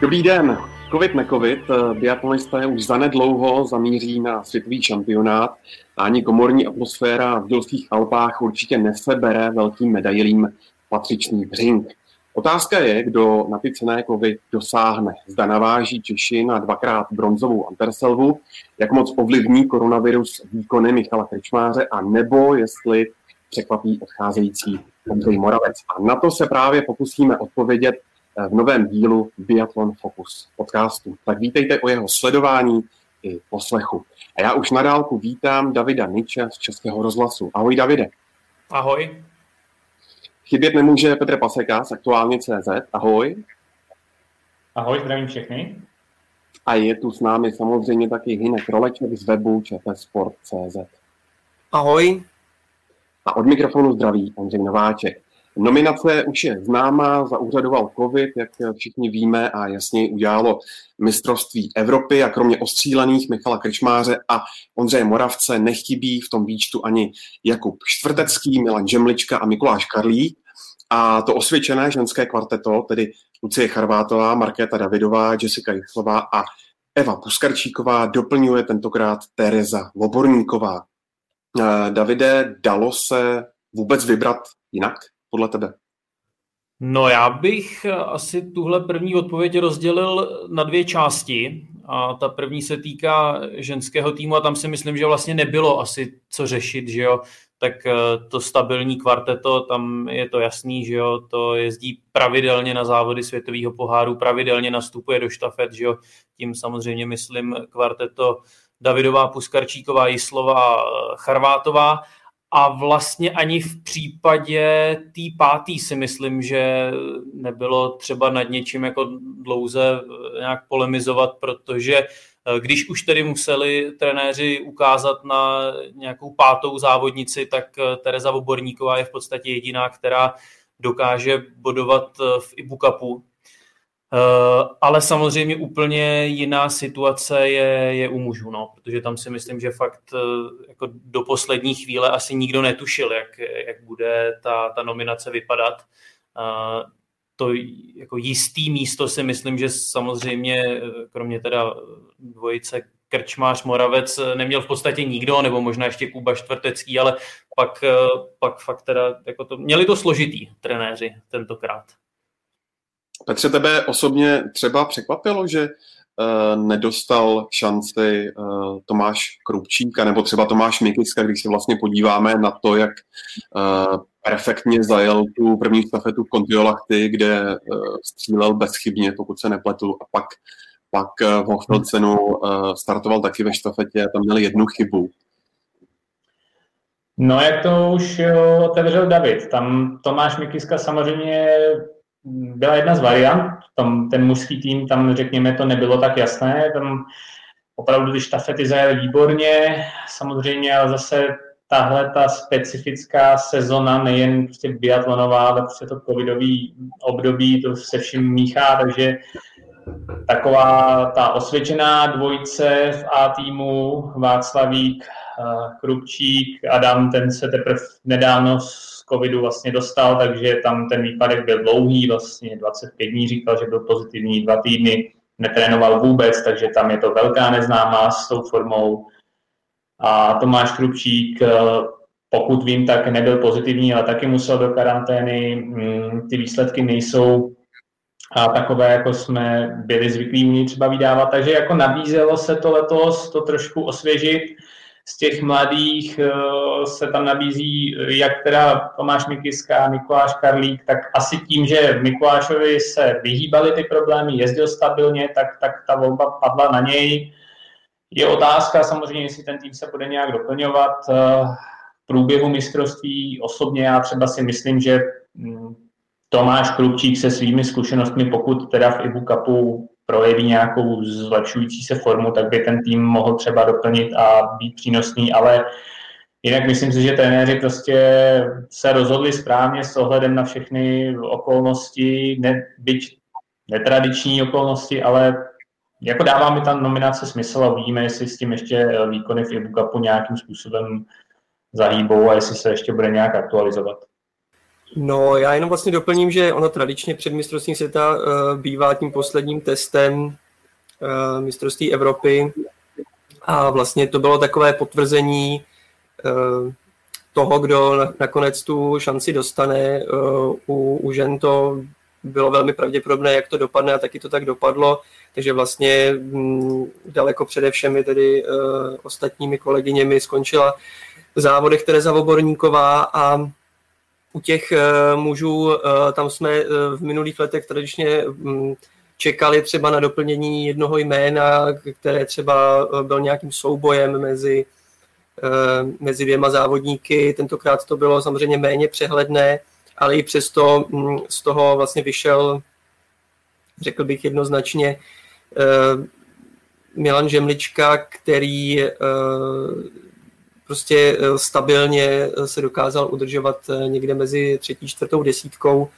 Dobrý den. Covid necovid, biatlonisté už zanedlouho zamíří na světový šampionát a ani komorní atmosféra v Dylských Alpách určitě nesebere velkým medailím patřičný břink. Otázka je, kdo na ty cenné kovy dosáhne. Zda naváží Češi na dvakrát bronzovou Anterselvu, jak moc ovlivní koronavirus výkony Michala Krčmáře a nebo jestli překvapí odcházející Ondřej Moravec. A na to se právě pokusíme odpovědět v novém dílu Biathlon Focus podcastu. Tak vítejte o jeho sledování i poslechu. A já už na dálku vítám Davida Niče z Českého rozhlasu. Ahoj, Davide. Ahoj. Chybět nemůže Petr Paseka z Aktuálně.cz. Ahoj. Ahoj, zdravím všechny. A je tu s námi samozřejmě taky Hynek Roleček z webu čtsport.cz. Ahoj. A od mikrofonu zdraví Ondřej Nováček. Nominace už je známá, zaúřadoval covid, jak všichni víme, a jasně udělalo mistrovství Evropy a kromě ostřílených Michala Krčmáře a Ondřeje Moravce nechybí v tom výčtu ani Jakub Štvrtecký, Milan Žemlička a Mikuláš Karlík. A to osvědčené ženské kvarteto, tedy Lucie Charvátová, Markéta Davidová, Jessica Jichlová a Eva Puskarčíková, doplňuje tentokrát Tereza Voborníková. Davide, dalo se vůbec vybrat jinak podle tebe? No, já bych asi tuhle první odpověď rozdělil na dvě části. A ta první se týká ženského týmu a tam si myslím, že vlastně nebylo asi co řešit, že jo. Tak to stabilní kvarteto, tam je to jasný, že jo, to jezdí pravidelně na závody světového poháru, pravidelně nastupuje do štafet, že jo. Tím samozřejmě myslím kvarteto Davidová, Puskarčíková, Jislová, Charvátová. A vlastně ani v případě té pátý si myslím, že nebylo třeba nad něčím jako dlouze nějak polemizovat, protože když už tedy museli trenéři ukázat na nějakou pátou závodnici, tak Tereza Voborníková je v podstatě jediná, která dokáže bodovat v IBU Cupu. Ale samozřejmě úplně jiná situace je u mužů, no, protože tam si myslím, že fakt jako do poslední chvíle asi nikdo netušil, jak bude ta nominace vypadat. To jako jistý místo si myslím, že samozřejmě kromě teda dvojice Krčmář Moravec neměl v podstatě nikdo, nebo možná ještě Kuba Štvrtecký, ale pak fakt teda jako měli to složitý trenéři tentokrát. Petře, tebe osobně třeba překvapilo, že nedostal šanci Tomáš Krupčík, nebo třeba Tomáš Mikiska, když se vlastně podíváme na to, jak perfektně zajel tu první štafetu v Kontiolahti, kde střílel bezchybně, pokud se nepletu, a pak v Hochfilzenu startoval taky ve štafetě a tam měl jednu chybu. No, jak to už otevřel David, tam Tomáš Mikiska samozřejmě byla jedna z variant, ten mužský tým, tam řekněme, to nebylo tak jasné, tam opravdu ty štafety zajeli výborně, samozřejmě, ale zase tahle ta specifická sezona, nejen prostě biatlonová, ale prostě to covidový období, to se vším míchá, takže taková ta osvědčená dvojice v A týmu, Václavík, Krupčík, Adam, ten se teprve nedávno z covidu vlastně dostal, takže tam ten výpadek byl dlouhý, vlastně 25 dní, říkal, že byl pozitivní, 2 týdny, netrénoval vůbec, takže tam je to velká neznámá s tou formou. A Tomáš Krupčík, pokud vím, tak nebyl pozitivní, ale taky musel do karantény, ty výsledky nejsou takové, jako jsme byli zvyklí u něj třeba vydávat, takže jako nabízelo se to letos to trošku osvěžit. Z těch mladých se tam nabízí jak teda Tomáš Mikiska, Mikuláš Karlík, tak asi tím, že Mikulášovi se vyhýbaly ty problémy, jezdil stabilně, tak ta volba padla na něj. Je otázka samozřejmě, jestli ten tým se bude nějak doplňovat v průběhu mistrovství. Osobně já třeba si myslím, že Tomáš Krupčík se svými zkušenostmi, pokud teda v IBU Cupu projeví nějakou zlepšující se formu, tak by ten tým mohl třeba doplnit a být přínosný, ale jinak myslím si, že trenéři prostě se rozhodli správně s ohledem na všechny okolnosti, byť netradiční okolnosti, ale jako dává mi ta nominace smysl a uvidíme, jestli s tím ještě výkony v IBU Cupu nějakým způsobem zahýbou a jestli se ještě bude nějak aktualizovat. No, já jenom vlastně doplním, že ono tradičně před mistrovstvím světa bývá tím posledním testem mistrovství Evropy a vlastně to bylo takové potvrzení toho, kdo nakonec tu šanci dostane. U žen to bylo velmi pravděpodobné, jak to dopadne a taky to tak dopadlo, takže vlastně daleko přede všemi tedy ostatními kolegyněmi skončila v závodech Tereza Voborníková a u těch mužů tam jsme v minulých letech tradičně čekali třeba na doplnění jednoho jména, které třeba byl nějakým soubojem mezi dvěma závodníky. Tentokrát to bylo samozřejmě méně přehledné, ale i přesto z toho vlastně vyšel, řekl bych jednoznačně, Milan Žemlička, který prostě stabilně se dokázal udržovat někde mezi 3., 4. desítkou.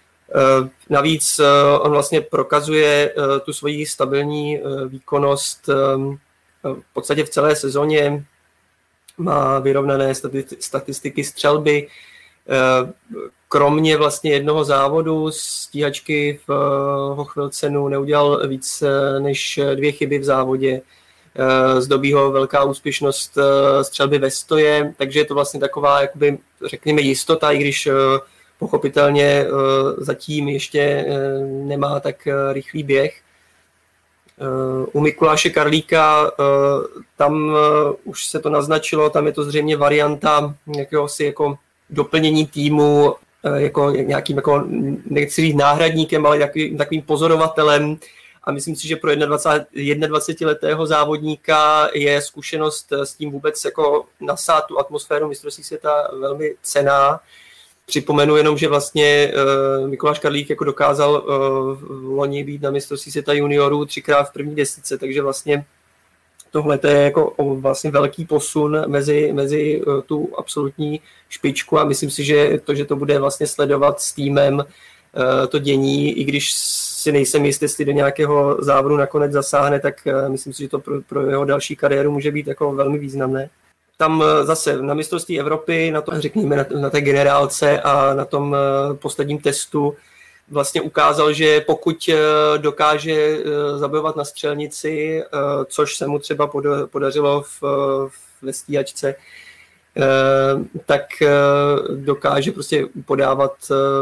Navíc on vlastně prokazuje tu svoji stabilní výkonnost v podstatě v celé sezóně. Má vyrovnané statistiky střelby. Kromě vlastně jednoho závodu stíhačky v Hochfilzenu neudělal víc než 2 chyby v závodě. Zdobí ho velká úspěšnost střelby ve stoje, takže je to vlastně taková, jakoby, řekněme, jistota, i když pochopitelně zatím ještě nemá tak rychlý běh. U Mikuláše Karlíka tam už se to naznačilo, tam je to zřejmě varianta jakéhosi jako doplnění týmu, jako nějakým, jako, nechci říct náhradníkem, ale takovým pozorovatelem. A myslím si, že pro 21letého závodníka je zkušenost s tím vůbec jako nasát tu atmosféru mistrovství světa velmi cenná. Připomenu jenom, že vlastně Mikuláš Karlík jako dokázal v loni být na mistrovství světa juniorů 3krát v první desítce, takže vlastně tohle je jako vlastně velký posun mezi tu absolutní špičku a myslím si, že to bude vlastně sledovat s týmem to dění, i když si nejsem jistý, jestli do nějakého závodu nakonec zasáhne, tak myslím si, že to pro jeho další kariéru může být jako velmi významné. Tam zase na mistrovství Evropy, na to, řekněme, na té generálce a na tom posledním testu vlastně ukázal, že pokud dokáže zabojovat na střelnici, což se mu třeba podařilo ve stíhačce, tak dokáže prostě podávat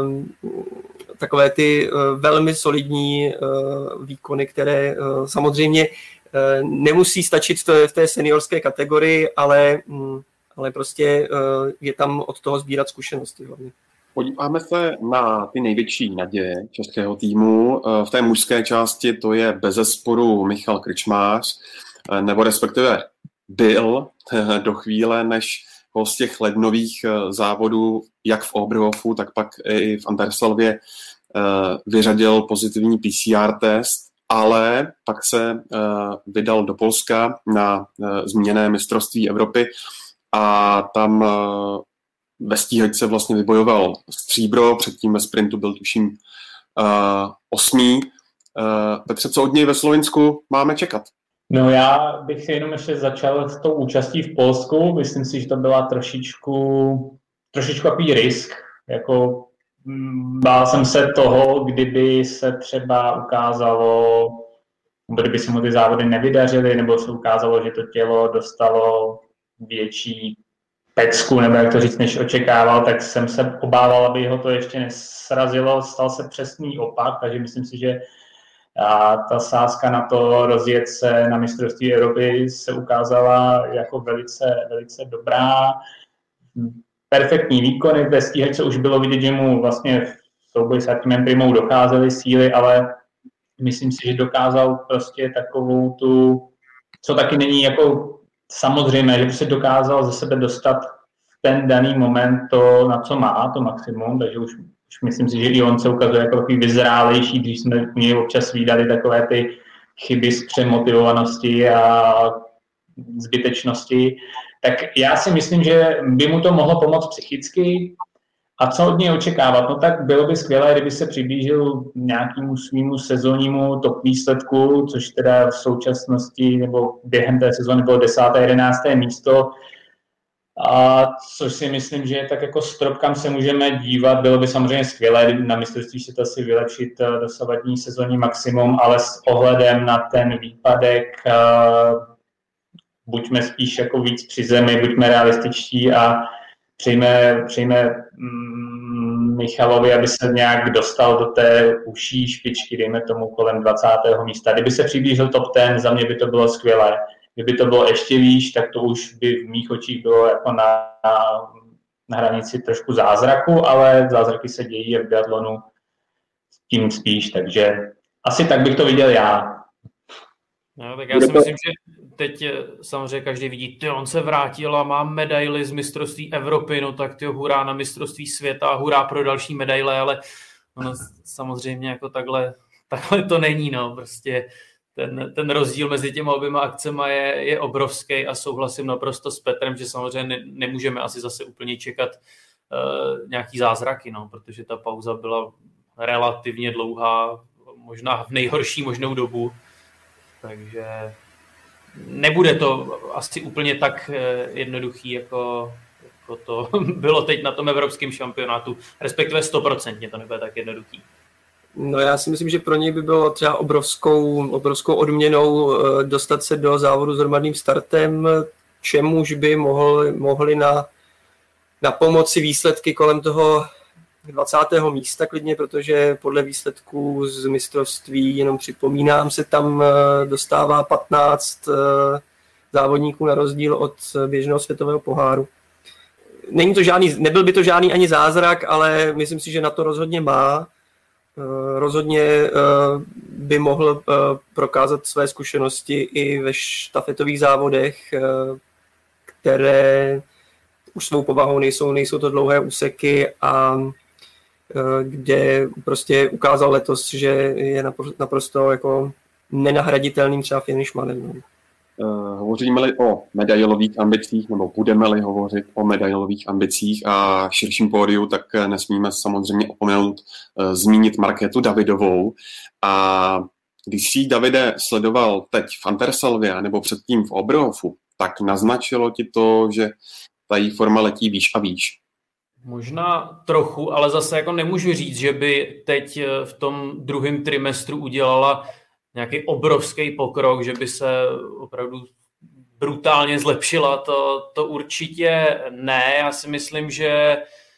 takové ty velmi solidní výkony, které samozřejmě nemusí stačit v té seniorské kategorii, ale prostě je tam od toho sbírat zkušenosti hlavně. Podíváme se na ty největší naděje českého týmu. V té mužské části to je bezesporu Michal Krčmář, nebo respektive byl do chvíle, než ho z těch lednových závodů, jak v Oberhofu, tak pak i v Anderslově vyřadil pozitivní PCR test, ale pak se vydal do Polska na zmíněné mistrovství Evropy a tam ve stíhačce vlastně vybojoval stříbro, předtím ve sprintu byl tuším 8. Petře, co od něj ve Slovinsku máme čekat? No já bych si jenom ještě začal s tou účastí v Polsku. Myslím si, že to byla trošičku takový risk. Jako bál jsem se toho, kdyby se třeba ukázalo, nebo kdyby se mu ty závody nevydařily, nebo se ukázalo, že to tělo dostalo větší pecku, nebo jak to říct, než očekával, tak jsem se obával, aby ho to ještě nesrazilo. Stal se přesný opak, takže myslím si, že ta sázka na to rozjet se na mistrovství Evropy se ukázala jako velice, velice dobrá. Perfektní výkony, ve stíhačce už bylo vidět, že mu vlastně v souboji s Artemem Primou docházely síly, ale myslím si, že dokázal prostě takovou tu, co taky není jako samozřejmé, že prostě dokázal ze sebe dostat v ten daný moment to, na co má, to maximum, takže už myslím si, že i on se ukazuje jako takový vyzrálejší, když jsme u něj občas vídali takové ty chyby z přemotivovanosti a zbytečnosti, tak já si myslím, že by mu to mohlo pomoct psychicky. A co od něj očekávat? No tak bylo by skvělé, kdyby se přiblížil nějakému svýmu sezónnímu top výsledku, což teda v současnosti nebo během té sezóny bylo 10. 11. místo. A což si myslím, že je tak jako strop, kam se můžeme dívat. Bylo by samozřejmě skvělé na mistrovství světa si vylepšit dosavadní sezónní maximum, ale s ohledem na ten výpadek buďme spíš jako víc při zemi, buďme realističtí a přejme Michalovi, aby se nějak dostal do té užší špičky, dejme tomu kolem 20. místa. Kdyby se přiblížil top 10, za mě by to bylo skvělé. Kdyby to bylo ještě výš, tak to už by v mých očích bylo jako na hranici trošku zázraku, ale zázraky se dějí v biatlonu tím spíš, takže asi tak bych to viděl já. No, tak já si myslím, že teď samozřejmě každý vidí, on se vrátil a má medaily z mistrovství Evropy, no tak hurá na mistrovství světa, hurá pro další medaile, ale ono samozřejmě jako takhle to není, no, prostě ten rozdíl mezi těma oběma akcema je obrovský a souhlasím naprosto s Petrem, že samozřejmě nemůžeme asi zase úplně čekat nějaký zázraky, no, protože ta pauza byla relativně dlouhá, možná v nejhorší možnou dobu, takže nebude to asi úplně tak jednoduchý, jako to bylo teď na tom evropském šampionátu, respektive 100% to nebude tak jednoduchý. No já si myslím, že pro něj by bylo třeba obrovskou odměnou dostat se do závodu s hromadným startem, čemuž by mohli na pomoci výsledky kolem toho 20. místa klidně, protože podle výsledků z mistrovství, jenom připomínám, se tam dostává 15 závodníků na rozdíl od běžného světového poháru. Nebyl by to žádný ani zázrak, ale myslím si, že na to rozhodně má. Rozhodně by mohl prokázat své zkušenosti i ve štafetových závodech, které už svou povahou nejsou to dlouhé úseky a kde prostě ukázal letos, že je naprosto jako nenahraditelným třeba finishmanem. Hovoříme-li o medailových ambicích, nebo budeme-li hovořit o medailových ambicích a širším pódiu, tak nesmíme samozřejmě opomenout zmínit Markétu Davidovou. A když jsi, Davide, sledoval teď v Anterselvě nebo předtím v Oberhofu, tak naznačilo ti to, že ta její forma letí výš a výš? Možná trochu, ale zase jako nemůžu říct, že by teď v tom druhém trimestru udělala nějaký obrovský pokrok, že by se opravdu brutálně zlepšila, to určitě ne. Já si myslím, že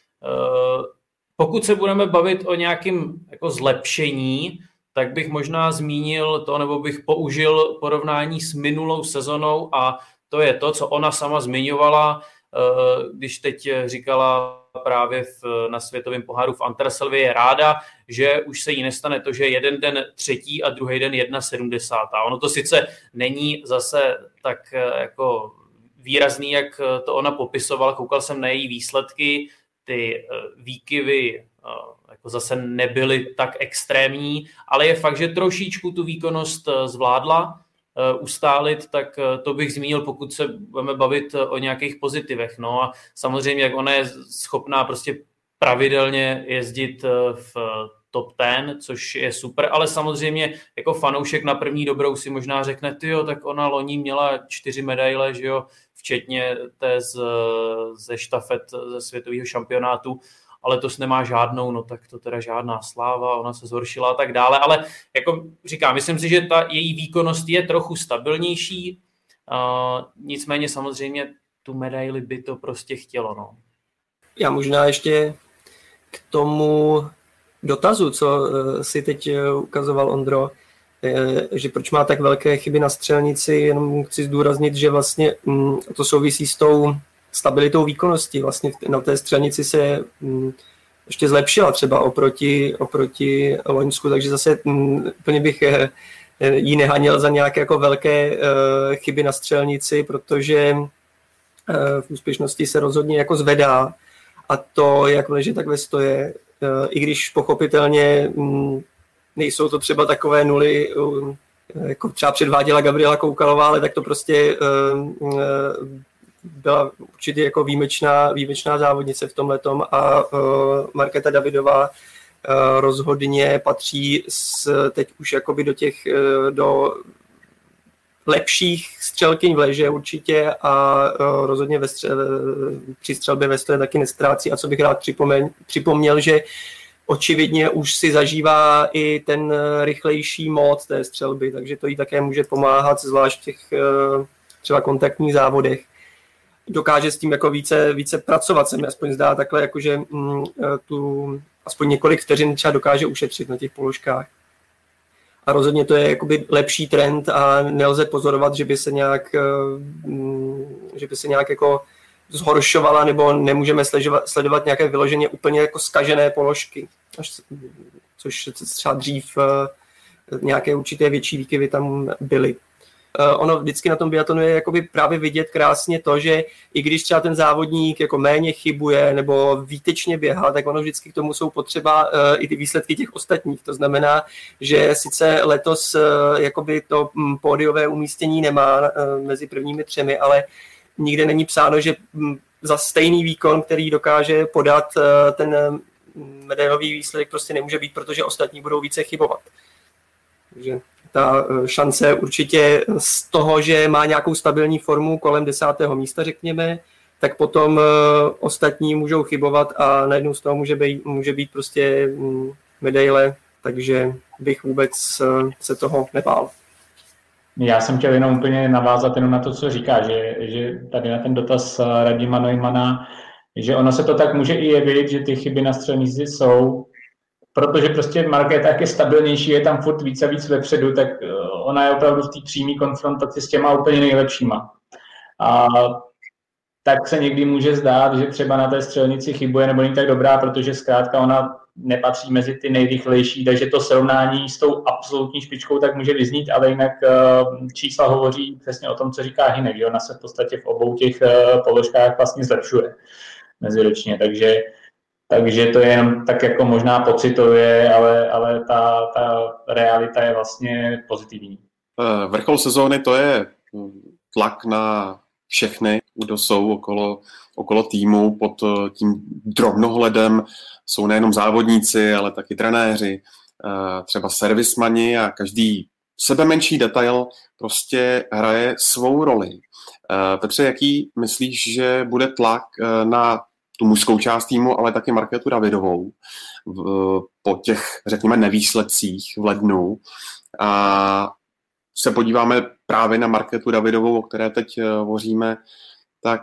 pokud se budeme bavit o nějakém jako zlepšení, tak bych možná zmínil to, nebo bych použil porovnání s minulou sezonou a to je to, co ona sama zmiňovala, když teď říkala právě na světovém poháru v Anterselvě, je ráda, že už se jí nestane to, že jeden den třetí a druhý den 1,70. Ono to sice není zase tak jako výrazný, jak to ona popisovala, koukal jsem na její výsledky, ty výkyvy jako zase nebyly tak extrémní, ale je fakt, že trošičku tu výkonnost zvládla ustálit, tak to bych zmínil, pokud se budeme bavit o nějakých pozitivech. No a samozřejmě, jak ona je schopná prostě pravidelně jezdit v top 10, což je super, ale samozřejmě jako fanoušek na první dobrou si možná řekne, tyjo, tak ona loni měla 4 medaile, že jo, včetně té ze štafet ze světového šampionátu, ale to nemá žádnou, no tak to teda žádná sláva, ona se zhoršila a tak dále, ale jako říkám, myslím si, že ta její výkonnost je trochu stabilnější, nicméně samozřejmě tu medaili by to prostě chtělo, no. Já možná ještě k tomu dotazu, co si teď ukazoval Ondro, že proč má tak velké chyby na střelnici, jenom chci zdůraznit, že vlastně to souvisí s tou stabilitou výkonnosti. Vlastně na té střelnici se ještě zlepšila třeba oproti loňsku, takže zase úplně bych jí nehanil za nějaké jako velké chyby na střelnici, protože v úspěšnosti se rozhodně jako zvedá a to jak v leže, tak ve stoje, i když pochopitelně nejsou to třeba takové nuly, jako třeba předváděla Gabriela Koukalová, ale tak to prostě byla určitě jako výjimečná závodnice v tomhletom a Markéta Davidová rozhodně patří teď už jakoby do lepších střelkyň v leže určitě a rozhodně při střelbě ve stoje taky nestrácí. A co bych rád připomněl, že očividně už si zažívá i ten rychlejší mód té střelby, takže to jí také může pomáhat, zvlášť v těch třeba kontaktních závodech. Dokáže s tím jako více pracovat, se mi aspoň zdá takhle, jakože aspoň několik vteřin třeba dokáže ušetřit na těch položkách. A rozhodně to je jakoby lepší trend a nelze pozorovat, že by se nějak jako zhoršovala, nebo nemůžeme sledovat nějaké vyloženě úplně jako zkažené položky, což třeba dřív nějaké určité větší výkyvy tam byly. Ono vždycky na tom biatlonu je jakoby právě vidět krásně to, že i když třeba ten závodník jako méně chybuje nebo výtečně běhá, tak ono vždycky k tomu jsou potřeba i ty výsledky těch ostatních. To znamená, že sice letos jakoby to pódiové umístění nemá mezi prvními 3, ale nikde není psáno, že za stejný výkon, který dokáže podat ten medailový výsledek, prostě nemůže být, protože ostatní budou více chybovat. Takže ta šance určitě z toho, že má nějakou stabilní formu kolem 10. místa, řekněme, tak potom ostatní můžou chybovat a najednou z toho může být prostě medaile, takže bych vůbec se toho nebál. Já jsem chtěl jenom úplně navázat jenom na to, co říká, že tady na ten dotaz Radima Neumana, že ono se to tak může i jevit, že ty chyby na střelnici jsou, protože prostě Markéta, jak je stabilnější, je tam furt víc a víc vepředu, tak ona je opravdu v té přímé konfrontaci s těma úplně nejlepšíma. A tak se někdy může zdát, že třeba na té střelnici chybuje nebo není tak dobrá, protože zkrátka ona nepatří mezi ty nejrychlejší, takže to srovnání s tou absolutní špičkou tak může vyznít, ale jinak čísla hovoří přesně o tom, co říká Hynek, že ona se v podstatě v obou těch položkách vlastně zlepšuje meziročně, takže to je jenom tak jako možná pocitově, ale ta realita je vlastně pozitivní. Vrchol sezóny to je tlak na všechny, kdo jsou okolo týmu pod tím drobnohledem. Jsou nejenom závodníci, ale taky trenéři, třeba servismani a každý sebemenší detail prostě hraje svou roli. Petře, jaký myslíš, že bude tlak na tu mužskou část týmu, ale taky Markétu Davidovou po těch, řekněme, nevýsledcích v lednu? A se podíváme právě na Markétu Davidovou, o které teď hovoříme, tak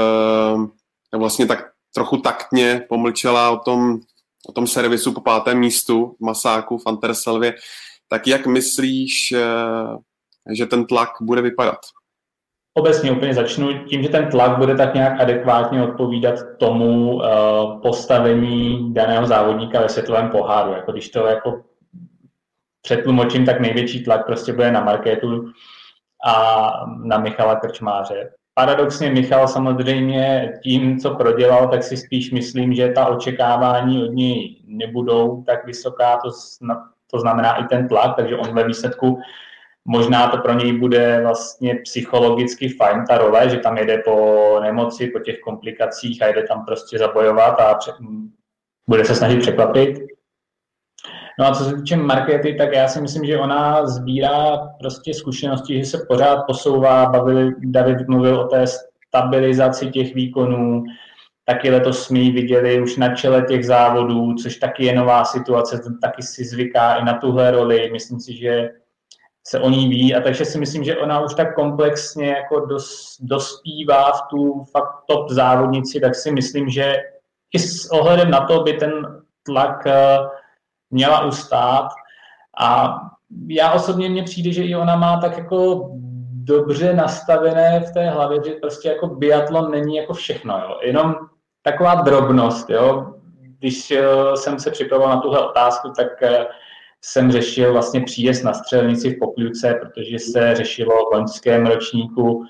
vlastně tak trochu taktně pomlčela o tom servisu po 5. místu v Masáku v Anterselvě. Tak jak myslíš, že ten tlak bude vypadat? Obecně úplně začnu tím, že ten tlak bude tak nějak adekvátně odpovídat tomu postavení daného závodníka ve světovém poháru. Jako když to jako přetlumočím, tak největší tlak prostě bude na Markétu a na Michala Krčmáře. Paradoxně Michal samozřejmě tím, co prodělal, tak si spíš myslím, že ta očekávání od něj nebudou tak vysoká, to znamená i ten tlak, takže on ve výsledku možná to pro něj bude vlastně psychologicky fajn ta role, že tam jede po nemoci, po těch komplikacích a jede tam prostě zabojovat a bude se snažit překvapit. No a co se týče Markéty, tak já si myslím, že ona sbírá prostě zkušenosti, že se pořád posouvá. David mluvil o té stabilizaci těch výkonů, taky letos jsme ji viděli už na čele těch závodů, což taky je nová situace, taky si zvyká i na tuhle roli. Myslím si, že se o ní ví a takže si myslím, že ona už tak komplexně jako dospívá v tu fakt top závodnici, tak si myslím, že i s ohledem na to by ten tlak měla ustát a já osobně mně přijde, že i ona má tak jako dobře nastavené v té hlavě, že prostě jako biatlon není jako všechno, jo. Jenom taková drobnost, jo. Když jsem se připravoval na tuhle otázku, tak jsem řešil vlastně příjezd na střelnici v Pokljuce, protože se řešilo v loňském ročníku,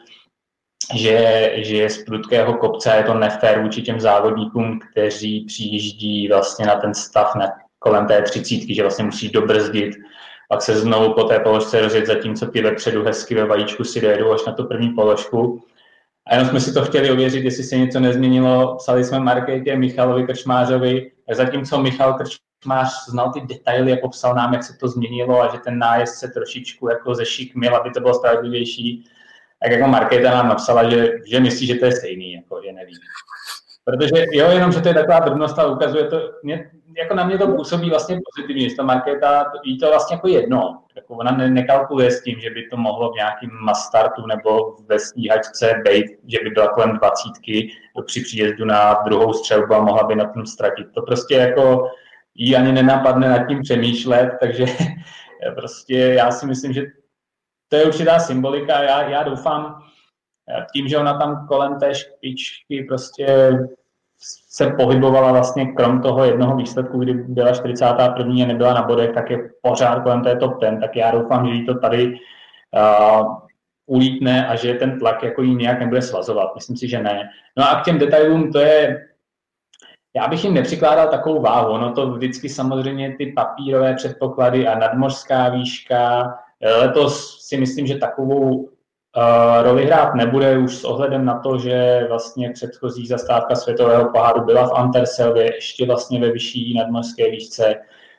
že z prudkého kopce je to nefér vůči těm závodníkům, kteří přijíždí vlastně na ten stav kolem té 30, že vlastně musí dobrzdit, pak se znovu po té položce rozjet, zatímco ty vepředu hezky ve vajíčku si dojedou až na tu první položku. A jenom jsme si to chtěli ověřit, jestli se něco nezměnilo. Psali jsme Markétě, Michalovi Krčmářovi, zatímco Michal Krčmář Kočmář znal ty detaily a popsal nám, jak se to změnilo a že ten nájezd se trošičku jako zešikmil, aby to bylo spravedlivější. Tak jako Markéta nám napsala, že myslí, že to je stejný, jako, že neví. Protože jo, jenom, že to je taková drobnost a ukazuje to, jako na mě to působí vlastně pozitivně, že ta Markéta, jí to vlastně jako jedno. Jako ona nekalkuluje s tím, že by to mohlo v nějakým mastartu nebo ve stíhačce být, že by byla kolem 20 při příjezdu na druhou střelbu a mohla by na tom ztratit. To prostě jako jí ani nenapadne nad tím přemýšlet, takže prostě já si myslím, že to je určitá symbolika. Já doufám, tím, že ona tam kolem té špičky prostě se pohybovala vlastně krom toho jednoho výsledku, kdy byla 41. a nebyla na bodech, tak je pořád kolem té top 10, tak já doufám, že jí to tady ulítne a že ten tlak jako jí nějak nebude svazovat. Myslím si, že ne. No a k těm detailům to je, já bych jim nepřikládal takovou váhu. Ono to vždycky samozřejmě ty papírové předpoklady a nadmořská výška. Letos si myslím, že takovou roli hrát nebude už s ohledem na to, že vlastně předchozí zastávka světového poháru byla v Anterselvě, ještě vlastně ve vyšší nadmořské výšce.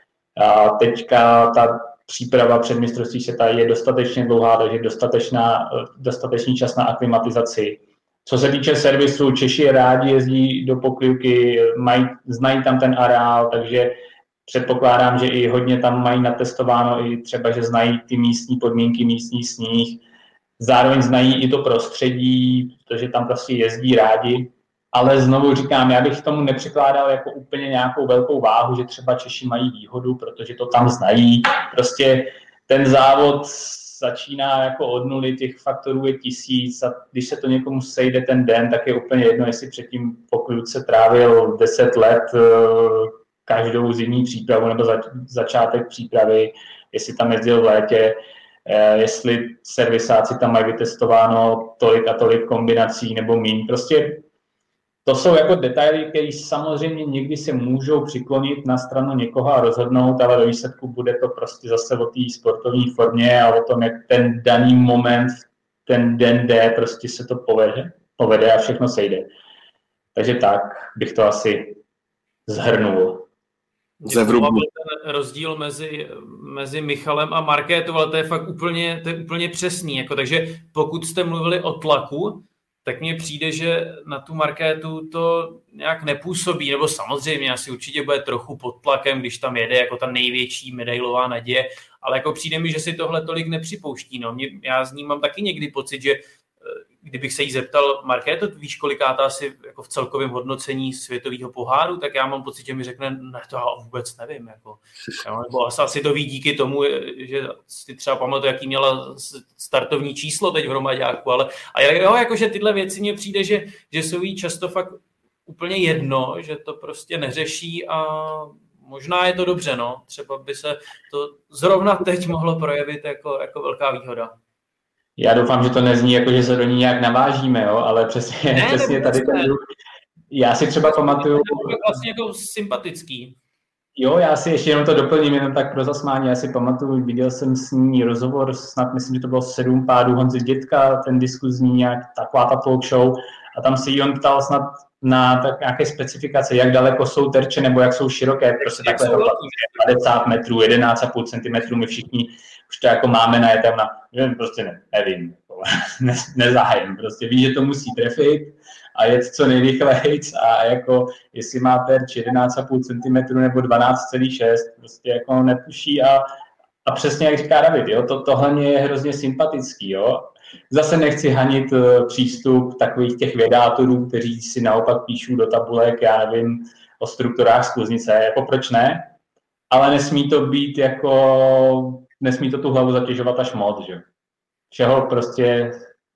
A teďka ta příprava před mistrovství světa je dostatečně dlouhá, takže dostatečný čas na aklimatizaci. Co se týče servisu, Češi rádi jezdí do Pokljuky, znají tam ten areál, takže předpokládám, že i hodně tam mají natestováno i třeba, že znají ty místní podmínky, místní sníh. Zároveň znají i to prostředí, protože tam prostě jezdí rádi. Ale znovu říkám, já bych tomu nepřikládal jako úplně nějakou velkou váhu, že třeba Češi mají výhodu, protože to tam znají. Prostě ten závod začíná jako od nuly, těch faktorů je 1000 a když se to někomu sejde ten den, tak je úplně jedno, jestli předtím Pokljuce trávil 10 let každou zimní přípravu nebo začátek přípravy, jestli tam jezdil v létě, jestli servisáci tam mají vytestováno tolik a tolik kombinací nebo míň. Prostě to jsou jako detaily, které samozřejmě někdy se můžou přiklonit na stranu někoho a rozhodnout, ale ve výsledku bude to prostě zase o té sportovní formě a o tom, jak ten daný moment, ten den D, prostě se to povede a všechno sejde. Takže tak bych to asi zhrnul. Ten rozdíl mezi Michalem a Markétou, ale to je fakt úplně přesný. Jako, takže pokud jste mluvili o tlaku, tak mně přijde, že na tu Markétu to nějak nepůsobí, nebo samozřejmě asi určitě bude trochu pod tlakem, když tam jede jako ta největší medailová naděje, ale jako přijde mi, že si tohle tolik nepřipouští. No. Já z ní mám taky někdy pocit, že kdybych se jí zeptal, Markéto, víš, kolikátá asi jako v celkovém hodnocení světového poháru, tak já mám pocit, že mi řekne, ne, to já vůbec nevím. Jako. Nebo asi to ví díky tomu, že si třeba pamatuju, jaký měla startovní číslo teď v hromaďáku, ale jo, jakože tyhle věci mně přijde, že jsou jí často fakt úplně jedno, že to prostě neřeší a možná je to dobře, no. Třeba by se to zrovna teď mohlo projevit jako velká výhoda. Já doufám, že to nezní jako, že se do ní nějak navážíme, jo, ale přesně tady. Já si třeba pamatuju... To je vlastně jako sympatický. Jo, já si ještě jenom to doplním, jenom tak pro zasmání. Já si pamatuju, viděl jsem s ní rozhovor, snad myslím, že to bylo 7 pádů Honzy Dětka, ten diskuzní nějak taková ta talk show, a tam se jí on ptal snad na tak nějaké specifikace, jak daleko jsou terče nebo jak jsou široké, prostě takhle 50 metrů, 11,5 cm, my všichni už to jako máme najetem na, prostě nevím, nezájem, prostě ví, že to musí trefit a jet co nejrychlejc a jako jestli má terč 11,5 cm nebo 12,6, prostě jako netuší a přesně jak říká David, jo, tohle mě je hrozně sympatický, jo. Zase nechci hanit přístup takových těch vědátorů, kteří si naopak píšou do tabulek, já nevím, o strukturách skluznice, jako proč ne, ale nesmí to být jako, nesmí to tu hlavu zatěžovat až moc, že? Čeho prostě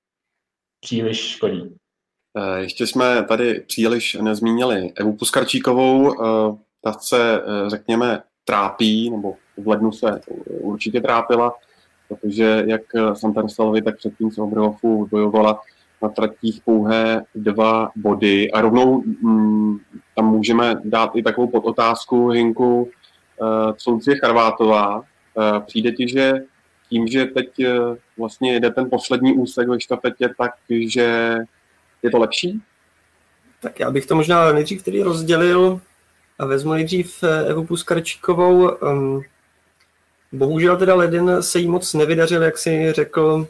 příliš škodí. Ještě jsme tady příliš nezmínili Evu Puskarčíkovou, ta se, řekněme, trápí, nebo v lednu se určitě trápila, protože jak v Anterselvi, tak předtím v Oberhofu bojovala na tratích pouhé 2 body. A rovnou tam můžeme dát i takovou podotázku, Hinku, co Lucie Charvátová. Přijde ti, že tím, že teď vlastně jede ten poslední úsek ve štafetě, takže je to lepší? Tak já bych to možná nejdřív tedy rozdělil. A vezmu nejdřív Evu Puskarčíkovou. Bohužel teda leden se jí moc nevydařil, jak si řekl.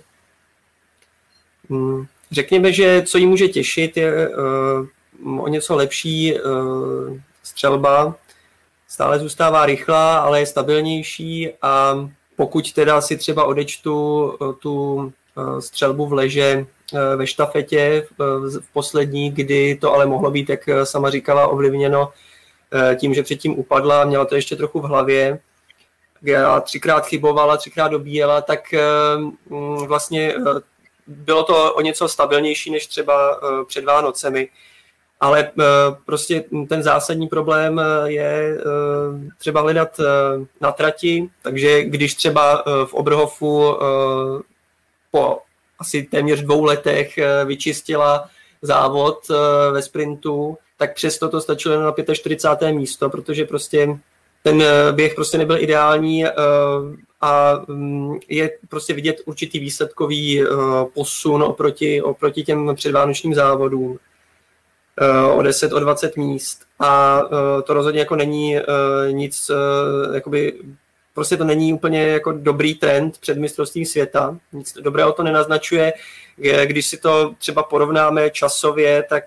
Řekněme, že co jí může těšit, je o něco lepší střelba. Stále zůstává rychlá, ale je stabilnější a pokud teda si třeba odečtu tu střelbu v leže ve štafetě v poslední, kdy to ale mohlo být, jak sama říkala, ovlivněno tím, že předtím upadla, měla to ještě trochu v hlavě, třikrát chybovala, třikrát dobíjela, tak vlastně bylo to o něco stabilnější než třeba před Vánocemi. Ale prostě ten zásadní problém je třeba hledat na trati, takže když třeba v Oberhofu po asi téměř 2 letech vyčistila závod ve sprintu, tak přesto to stačilo na 45. místo, protože prostě ten běh prostě nebyl ideální a je prostě vidět určitý výsledkový posun oproti těm předvánočním závodům. O 10, o 20 míst a to rozhodně jako není nic, jakoby, prostě to není úplně jako dobrý trend před mistrovstvím světa, nic dobrého to nenaznačuje, když si to třeba porovnáme časově, tak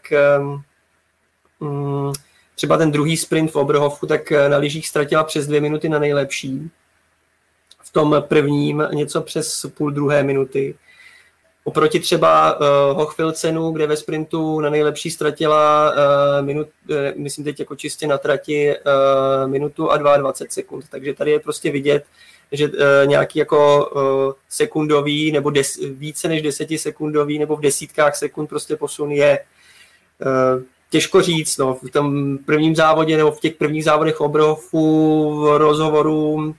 třeba ten druhý sprint v Oberhofu, tak na lyžích ztratila přes 2 minuty na nejlepší, v tom prvním něco přes půl 2 minuty. Oproti třeba Hochfilzenu, kde ve sprintu na nejlepší ztratila myslím teď jako čistě na trati minutu a 22 sekund. Takže tady je prostě vidět, že nějaký jako sekundový nebo více než 10 sekundový nebo v desítkách sekund prostě posun je. Těžko říct, no, v tom prvním závodě nebo v těch prvních závodech v Oberhofu v rozhovoru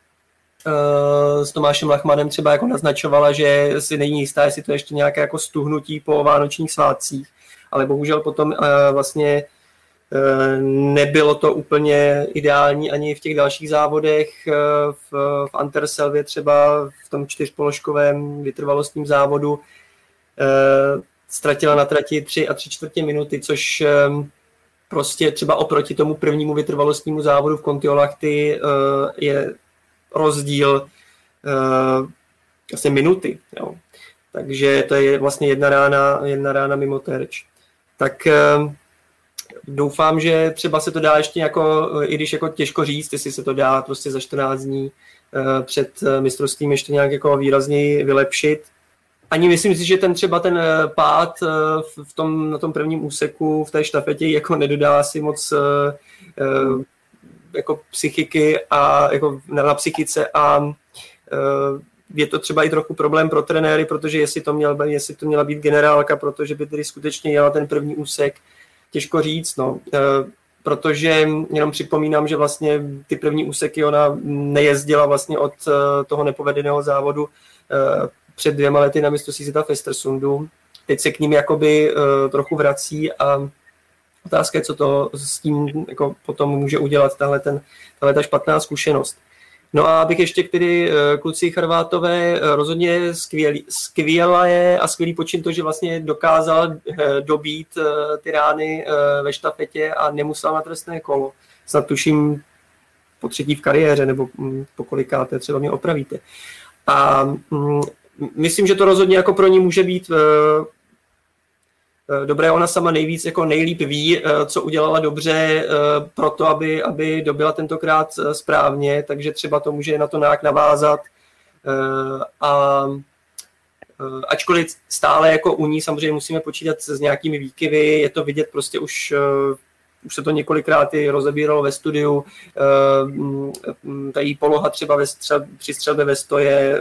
s Tomášem Lachmanem třeba jako naznačovala, že si není jistá, jestli to ještě nějaké jako stuhnutí po vánočních svátcích, ale bohužel potom vlastně nebylo to úplně ideální ani v těch dalších závodech, v Anterselvě třeba v tom 4položkovém vytrvalostním závodu ztratila na trati 3 3/4 minuty, což prostě třeba oproti tomu prvnímu vytrvalostnímu závodu v Kontiolahti je rozdíl vlastně minuty. Jo. Takže to je vlastně jedna rána mimo terč. Tak doufám, že třeba se to dá ještě jako, i když jako těžko říct, jestli se to dá prostě za 14 dní před mistrovstvím ještě nějak jako výrazněji vylepšit. Ani myslím si, že třeba ten pád na tom prvním úseku v té štafetě jako nedodá si moc jako psychiky a jako na psychice a je to třeba i trochu problém pro trenéry, protože jestli to měla být generálka, protože by tedy skutečně jela ten první úsek, těžko říct, no. Protože jenom připomínám, že vlastně ty první úseky ona nejezdila vlastně od toho nepovedeného závodu před 2 lety na mistrovství světa v Östersundu. Teď se k ním jakoby trochu vrací a otázka je, co to s tím jako potom může udělat tahle ta špatná zkušenost. No a abych ještě tedy kluci Chorvátové rozhodně skvělý počin to, že vlastně dokázal dobít ty rány ve štafetě a nemusel na trestné kolo. Snad tuším po 3. v kariéře nebo po kolikáté, třeba mě opravíte. A myslím, že to rozhodně jako pro ní může být dobré, ona sama nejlíp ví, co udělala dobře pro to, aby dobila tentokrát správně, takže třeba to může na to nějak navázat. A ačkoliv stále jako u ní samozřejmě musíme počítat s nějakými výkyvy, je to vidět prostě už se to několikrát i rozebíralo ve studiu, ta její poloha třeba při střelbě ve stoje,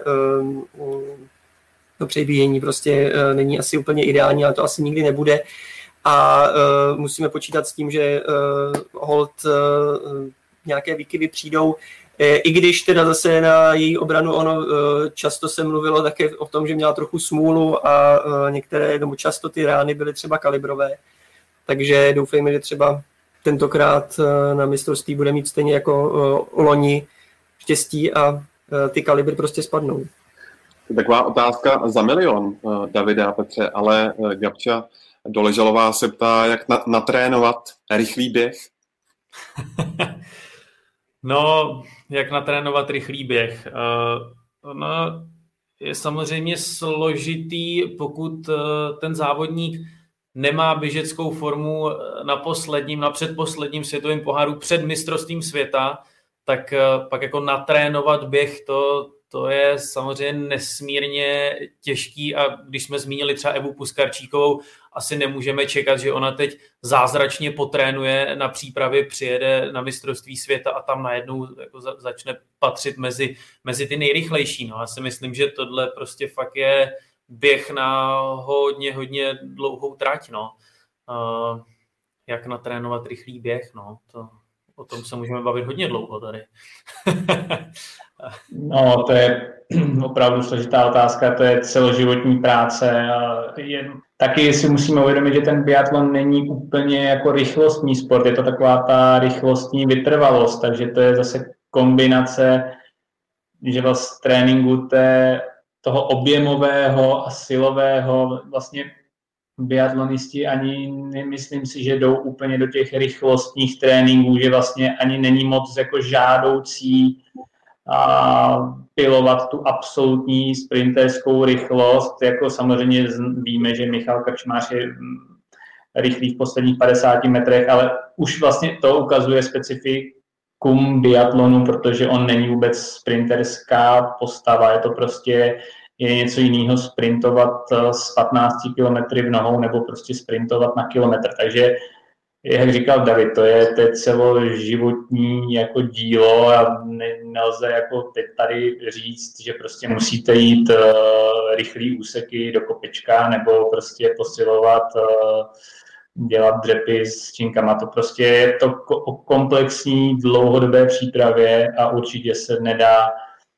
to přebíjení prostě není asi úplně ideální, ale to asi nikdy nebude. A musíme počítat s tím, že hold nějaké výkyvy přijdou. I když teda zase na její obranu často se mluvilo také o tom, že měla trochu smůlu a některé, nebo často ty rány byly třeba kalibrové. Takže doufejme, že třeba tentokrát na mistrovství bude mít stejně jako loni štěstí a ty kalibry prostě spadnou. Taková otázka za milion, Davide a Petře, ale Gabča Doležalová se ptá, jak natrénovat rychlý běh. No, jak natrénovat rychlý běh? No, je samozřejmě složitý, pokud ten závodník nemá běžeckou formu na předposledním světovém poháru před mistrovstvím světa, tak pak jako natrénovat běh, to je samozřejmě nesmírně těžký a když jsme zmínili třeba Evu Puskarčíkovou, asi nemůžeme čekat, že ona teď zázračně potrénuje na přípravě, přijede na mistrovství světa a tam najednou jako začne patřit mezi ty nejrychlejší. No. Já si myslím, že tohle prostě fakt je běh na hodně dlouhou trať. No. Jak natrénovat rychlý běh, no. O tom se můžeme bavit hodně dlouho tady. No, to je opravdu složitá otázka, to je celoživotní práce. Taky si musíme uvědomit, že ten biatlon není úplně jako rychlostní sport, je to taková ta rychlostní vytrvalost, takže to je zase kombinace, že vlastně tréninku toho objemového a silového vlastně biatlonisti ani nemyslím si, že jdou úplně do těch rychlostních tréninků, že vlastně ani není moc jako žádoucí a pilovat tu absolutní sprinterskou rychlost. Jako samozřejmě víme, že Michal Krčmář je rychlý v posledních 50 metrech, ale už vlastně to ukazuje specifikum biatlonu, protože on není vůbec sprinterská postava, je to prostě je něco jiného sprintovat s 15 kilometry v nohou nebo prostě sprintovat na kilometr. Takže jak říkal David, to je celoživotní jako dílo a nelze jako teď tady říct, že prostě musíte jít rychlý úseky do kopečka nebo prostě posilovat, dělat dřepy s činkama. To prostě je to o komplexní dlouhodobé přípravě a určitě se nedá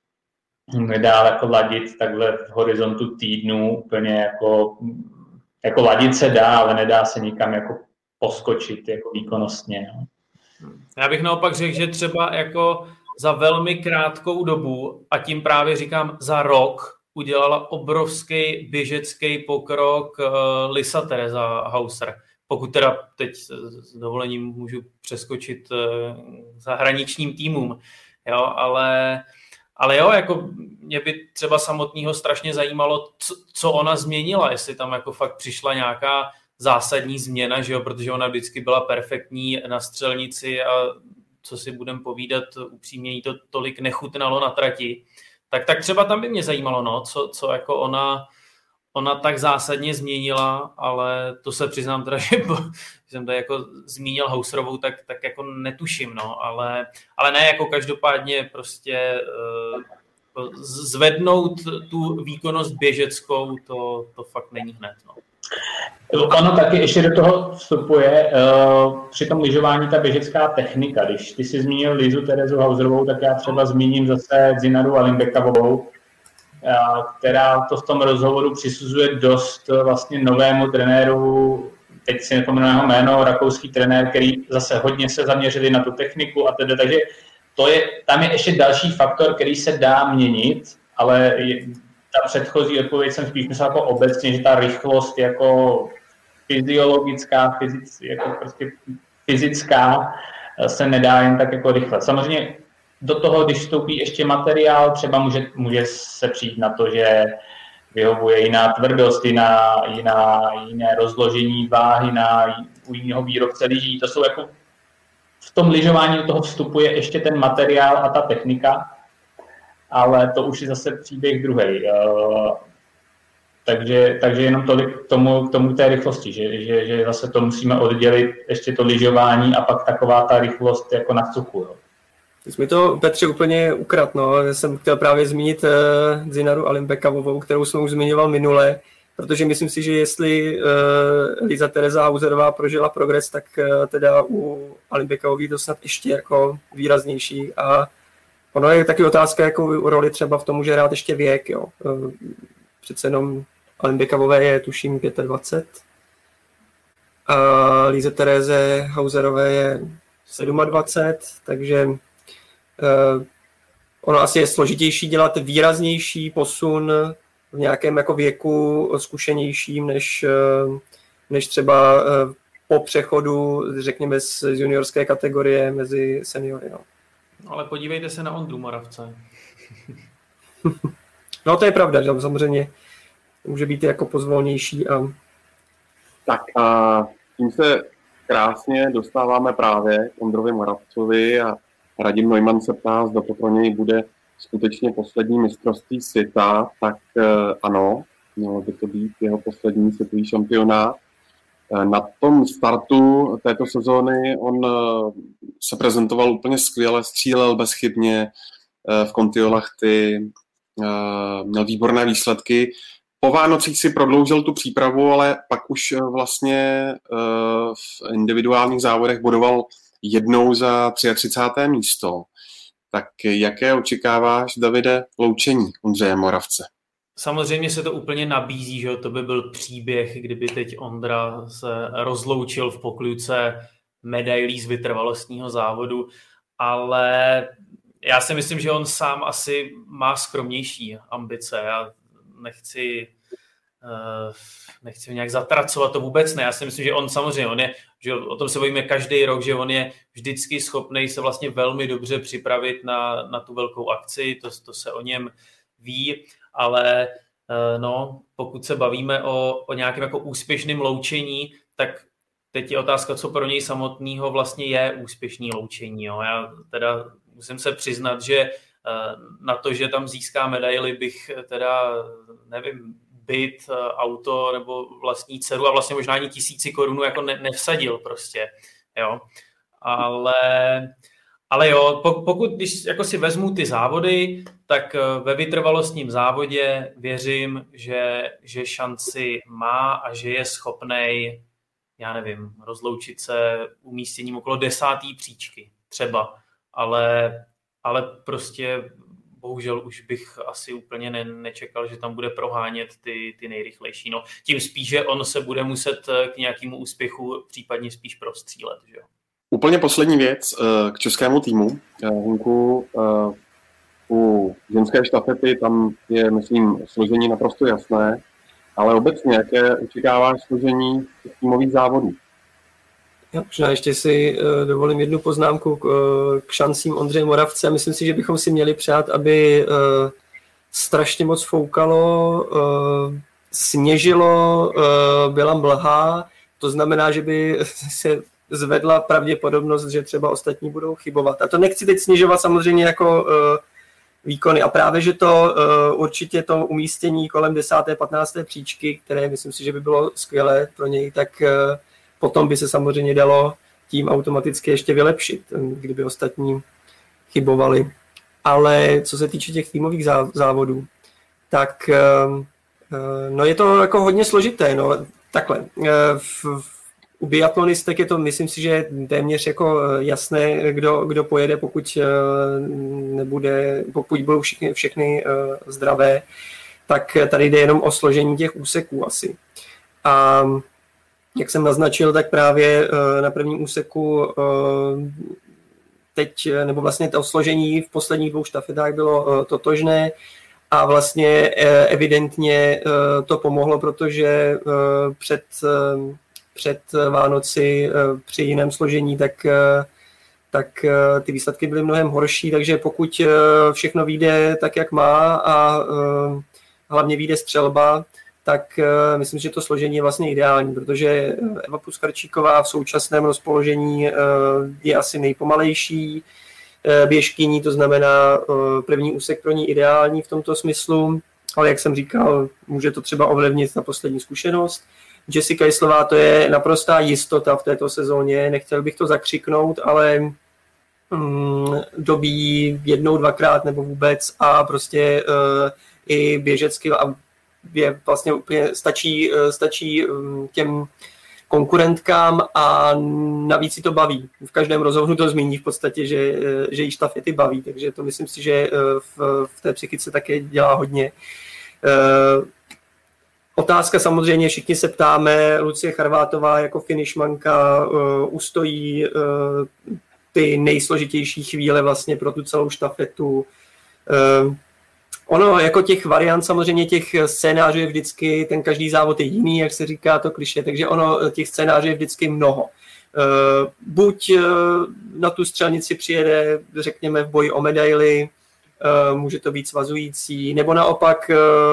jako ladit takhle v horizontu týdnu úplně jako ladit se dá, ale nedá se nikam jako poskočit jako výkonnostně. No. Já bych naopak řekl, že třeba jako za velmi krátkou dobu, a tím právě říkám za rok, udělala obrovský běžecký pokrok Lisa Tereza Hauser. Pokud teda teď s dovolením můžu přeskočit zahraničním týmům, jo, ale jo, jako mě by třeba samotného strašně zajímalo, co ona změnila, jestli tam jako fakt přišla nějaká zásadní změna, že jo, protože ona vždycky byla perfektní na střelnici a co si budem povídat, upřímně jí to tolik nechutnalo na trati. Tak třeba tam by mě zajímalo, no, co jako ona tak zásadně změnila, ale to se přiznám teda, že jsem tady jako zmínil Hauserovou, tak jako netuším, no, ale ne, jako každopádně prostě zvednout tu výkonnost běžeckou, to fakt není hned, no. Ono taky ještě do toho vstupuje při tom lyžování ta běžecká technika. Když ty jsi zmínil Lizu Terezu Hauserovou, tak já třeba zmíním zase Zinaru Alimbekovou, která to v tom rozhovoru přisuzuje dost vlastně novému trenéru, teď si nepomenu jeho jméno, rakouský trenér, který zase hodně se zaměřili na tu techniku a tedy, takže tam je ještě další faktor, který se dá měnit, ale ta předchozí odpověď jsem spíš myslel jako obecně, že ta rychlost jako fyziologická, jako prostě fyzická se nedá jen tak jako rychle. Samozřejmě do toho, když vstoupí ještě materiál, třeba může se přijít na to, že vyhovuje jiná tvrdost, jiné rozložení váhy u jiného výrobce lyží. To jsou jako v tom lyžování do toho vstupuje ještě ten materiál a ta technika, ale to už je zase příběh druhý. Takže jenom tolik k tomu té rychlosti, že zase to musíme oddělit ještě to lyžování a pak taková ta rychlost jako na suchu. Jo. Ty jsi mi to, Petře, úplně ukradl. No. Já jsem chtěl právě zmínit Zinaru Alimbekovou, kterou jsem už zmiňoval minule, protože myslím si, že jestli Liza Tereza Hauserová prožila progres, tak teda u Alimbekový to snad ještě jako výraznější. A ono je taky otázka, jakou roli třeba v tom může hrát ještě věk. Jo. Přece jenom Alimbekovové je tuším 25. A Lize Tereze Hauserové je 27, takže ono asi je složitější dělat výraznější posun v nějakém jako věku zkušenějším, než třeba po přechodu, řekněme, z juniorské kategorie mezi seniory. No. Ale podívejte se na Ondru Moravce. No to je pravda, že samozřejmě může být jako pozvolnější. Tak a tím se krásně dostáváme právě k Ondrovi Moravcovi a Radim Neumann se ptá, zda to pro něj bude skutečně poslední mistrovství světa, tak ano, mělo by to být jeho poslední světový šampionát. Na tom startu této sezóny on se prezentoval úplně skvěle, střílel bezchybně v Kontiolahti, měl výborné výsledky. Po Vánocích si prodloužil tu přípravu, ale pak už vlastně v individuálních závodech bodoval jednou za 33. místo. Tak jaké očekáváš, Davide, loučení Ondřeje Moravce? Samozřejmě se to úplně nabízí, že to by byl příběh, kdyby teď Ondra se rozloučil v Pokljuce medailí z vytrvalostního závodu, ale já si myslím, že on sám asi má skromnější ambice. Já nechci ho nějak zatracovat, to vůbec ne. Já si myslím, že on samozřejmě, že o tom se bavíme každý rok, že on je vždycky schopný se vlastně velmi dobře připravit na tu velkou akci, to se o něm ví, ale pokud se bavíme o nějakém jako úspěšném loučení, tak teď je otázka, co pro něj samotného vlastně je úspěšný loučení. Jo. Já teda musím se přiznat, že na to, že tam získá medaili, bych teda, nevím, byt, auto nebo vlastní dceru a vlastně možná ani 1000 korun jako nevsadil prostě, jo. Ale jo, pokud když jako si vezmu ty závody, tak ve vytrvalostním závodě věřím, že šanci má a že je schopnej, já nevím, rozloučit se umístěním okolo 10. příčky třeba, ale prostě bohužel už bych asi úplně nečekal, že tam bude prohánět ty nejrychlejší. No, tím spíš, že on se bude muset k nějakému úspěchu případně spíš prostřílet, že jo. Úplně poslední věc k českému týmu. Hinku, u ženské štafety tam je, myslím, složení naprosto jasné, ale obecně, jaké očekáváš složení týmových závodů? Já možná ještě si dovolím jednu poznámku k šancím Ondřeje Moravce. Myslím si, že bychom si měli přát, aby strašně moc foukalo, sněžilo, byla mlha. To znamená, že by se zvedla pravděpodobnost, že třeba ostatní budou chybovat. A to nechci teď snižovat samozřejmě jako výkony. A právě, že to určitě to umístění kolem 10. 15. příčky, které myslím si, že by bylo skvělé pro něj, tak potom by se samozřejmě dalo tím automaticky ještě vylepšit, kdyby ostatní chybovali. Ale co se týče těch týmových závodů, tak no je to jako hodně složité. No, takhle. U biatlonistek je to, myslím si, že téměř jako jasné, kdo pojede, pokud budou všechny zdravé, tak tady jde jenom o složení těch úseků asi. A jak jsem naznačil, tak právě na prvním úseku teď, nebo vlastně to složení v posledních 2 štafetách bylo totožné a vlastně evidentně to pomohlo, protože před Vánoci při jiném složení, tak ty výsledky byly mnohem horší, takže pokud všechno vyjde tak, jak má a hlavně vyjde střelba, tak myslím, že to složení je vlastně ideální, protože Eva Puskarčíková v současném rozpoložení je asi nejpomalejší běžkyní, to znamená první úsek pro ní ideální v tomto smyslu, ale jak jsem říkal, může to třeba ovlivnit ta poslední zkušenost. Jessica Islová, to je naprostá jistota v této sezóně, nechtěl bych to zakřiknout, ale dobí 1, 2krát nebo vůbec a prostě i běžecky a je vlastně úplně stačí těm konkurentkám a navíc si to baví. V každém rozhovoru to zmíní v podstatě, že jí štafety baví, takže to myslím si, že v té psychice také dělá hodně. Otázka samozřejmě, všichni se ptáme, Lucie Charvátová jako finishmanka ustojí ty nejsložitější chvíle vlastně pro tu celou štafetu. Ono jako těch variant, samozřejmě těch scénářů je vždycky, ten každý závod je jiný, jak se říká to klišé, takže ono těch scénářů je vždycky mnoho. Buď na tu střelnici přijede, řekněme, v boji o medaili, může to být svazující, nebo naopak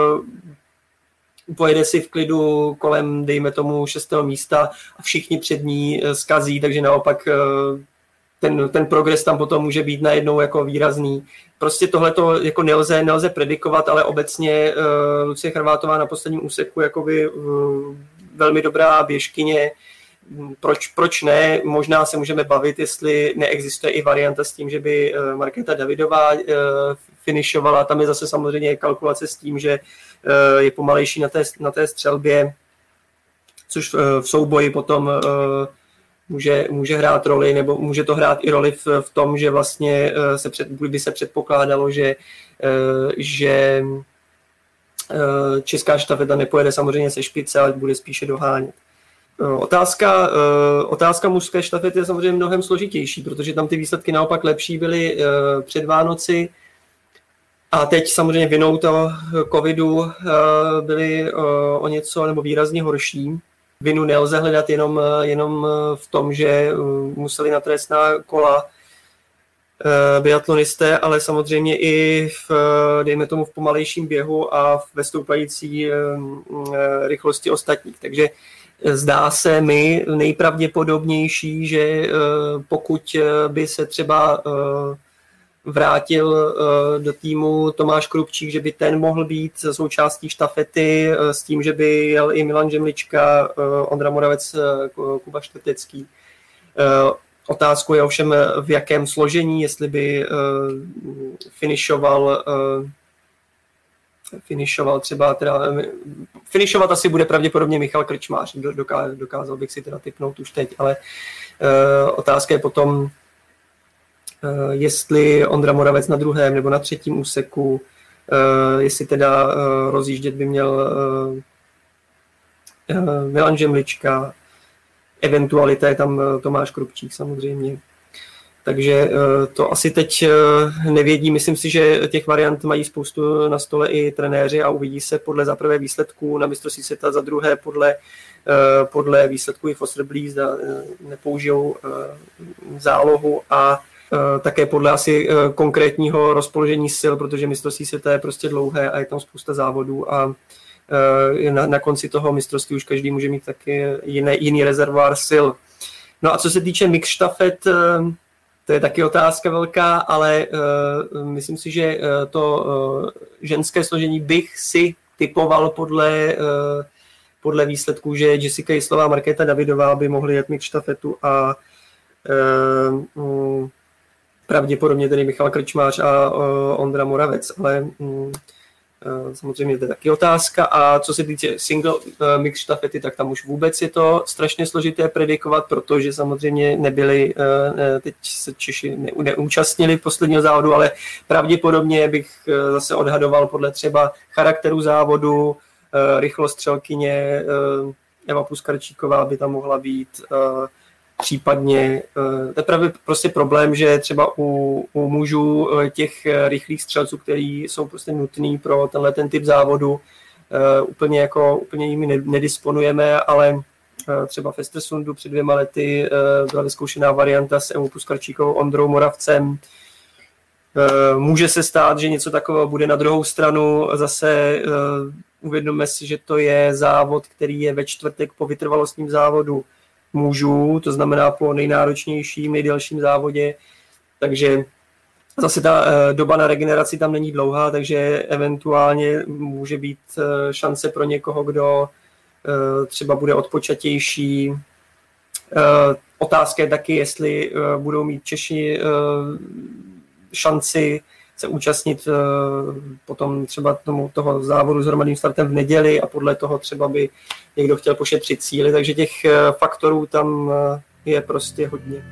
pojede si v klidu kolem, dejme tomu, 6. místa a všichni před ní zkazí, takže naopak ten progres tam potom může být najednou jako výrazný. Prostě tohleto jako nelze predikovat, ale obecně Lucie Chrvátová na posledním úseku jakoby velmi dobrá běžkyně. Proč ne? Možná se můžeme bavit, jestli neexistuje i varianta s tím, že by Markéta Davidová finišovala. Tam je zase samozřejmě kalkulace s tím, že je pomalejší na té střelbě, což v souboji potom může hrát roli, nebo může to hrát i roli v tom, že vlastně by se předpokládalo, že česká štafeta nepojede samozřejmě se špice, ale bude spíše dohánět. Otázka mužské štafety je samozřejmě mnohem složitější, protože tam ty výsledky naopak lepší byly před Vánoci a teď samozřejmě vinou toho covidu byly o něco nebo výrazně horší. Vinu nelze hledat jenom v tom, že museli na trestná kola biatlonisté, ale samozřejmě i dejme tomu v pomalejším běhu a ve stoupající rychlosti ostatních. Takže zdá se mi nejpravděpodobnější, že pokud by se třeba vrátil do týmu Tomáš Krupčík, že by ten mohl být součástí štafety s tím, že by jel i Milan Žemlička, Ondra Moravec, Kuba Štetecký. Otázku je ovšem v jakém složení, jestli by finišovat asi bude pravděpodobně Michal Krčmář, dokázal bych si teda tipnout už teď, ale otázka je potom, jestli Ondra Moravec na 2. nebo na 3. úseku, jestli teda rozjíždět by měl Milan Žemlička, eventualita je tam Tomáš Krupčík samozřejmě. Takže to asi teď nevědí. Myslím si, že těch variant mají spoustu na stole i trenéři a uvidí se podle za prvé výsledků na mistrovství světa, za druhé podle výsledků i Foster Blees nepoužijou zálohu a také podle asi konkrétního rozpoložení sil, protože mistrovství světa je prostě dlouhé a je tam spousta závodů a na konci toho mistrovství už každý může mít taky jiný rezervoár sil. No a co se týče mix štafet, to je taky otázka velká, ale myslím si, že to ženské složení bych si typoval podle výsledků, že Jessica Jislová a Markéta Davidová by mohly jet mix štafetu a pravděpodobně tedy Michal Krčmář a Ondra Moravec, ale samozřejmě to je taky otázka. A co se týče single mix štafety, tak tam už vůbec je to strašně složité predikovat, protože samozřejmě nebyli, teď se Češi neúčastnili v posledního závodu, ale pravděpodobně bych zase odhadoval podle třeba charakteru závodu, rychlostřelkyně, Eva Puskarčíková by tam mohla být, případně, to je právě prostě problém, že třeba u mužů těch rychlých střelců, který jsou prostě nutný pro ten typ závodu, úplně jimi nedisponujeme, ale třeba v Östersundu před 2 lety byla vyzkoušená varianta s Evou Puskarčíkovou, Ondrou Moravcem. Může se stát, že něco takového bude. Na druhou stranu zase uvědomme si, že to je závod, který je ve čtvrtek po vytrvalostním závodu mužů, to znamená po nejnáročnějším, nejdelším závodě, takže zase ta doba na regeneraci tam není dlouhá, takže eventuálně může být šance pro někoho, kdo třeba bude odpočatější. Otázka je taky, jestli budou mít Češi šanci se účastnit potom třeba toho závodu s hromadným startem v neděli a podle toho třeba by někdo chtěl pošetřit síly, takže těch faktorů tam je prostě hodně.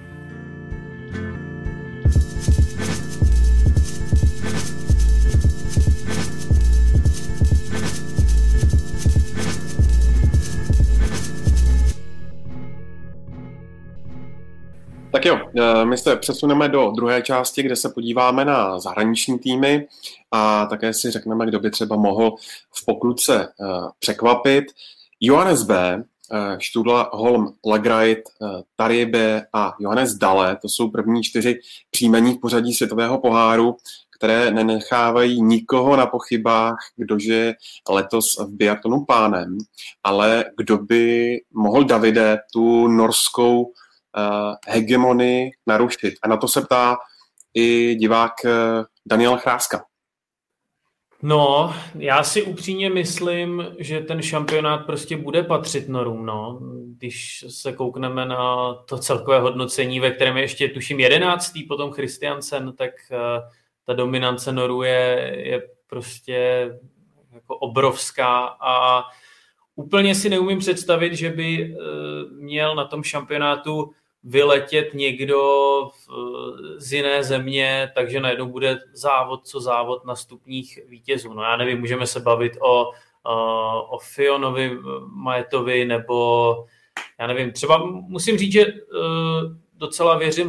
Tak jo, my se přesuneme do druhé části, kde se podíváme na zahraniční týmy a také si řekneme, kdo by třeba mohl v pokluce překvapit. Johannes B., Študla, Holm, Lagreit, Taribe a Johannes Dahle, to jsou první 4 příjmení v pořadí světového poháru, které nenechávají nikoho na pochybách, kdože letos v biatlonu pánem, ale kdo by mohl, Davide, tu norskou hegemonii narušit. A na to se ptá i divák Daniel Chráska. No, já si upřímně myslím, že ten šampionát prostě bude patřit Norům, no. Když se koukneme na to celkové hodnocení, ve kterém je ještě tuším 11. potom Christiansen, tak ta dominance Norů je prostě jako obrovská a úplně si neumím představit, že by měl na tom šampionátu vyletět někdo z jiné země, takže najednou bude závod co závod na stupních vítězů. No já nevím, můžeme se bavit o Fionovi Majetovi, nebo já nevím, třeba musím říct, že docela věřím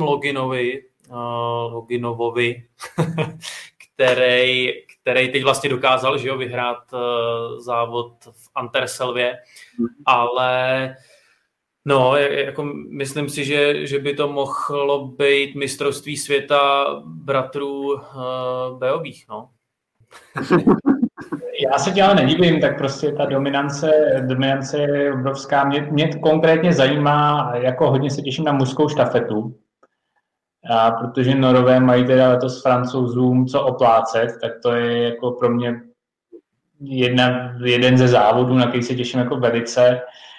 Loginovovi, který teď vlastně dokázal, že jo, vyhrát závod v Anterselvě, ale no, jako myslím si, že by to mohlo být mistrovství světa bratrů Beových, no. Já se tě ale nedivím, tak prostě ta dominance je obrovská. Mě konkrétně zajímá, jako hodně se těším na mužskou štafetu, a protože Norové mají teda letos Francouzům co oplácet, tak to je jako pro mě jeden ze závodů, na který se těším jako velice.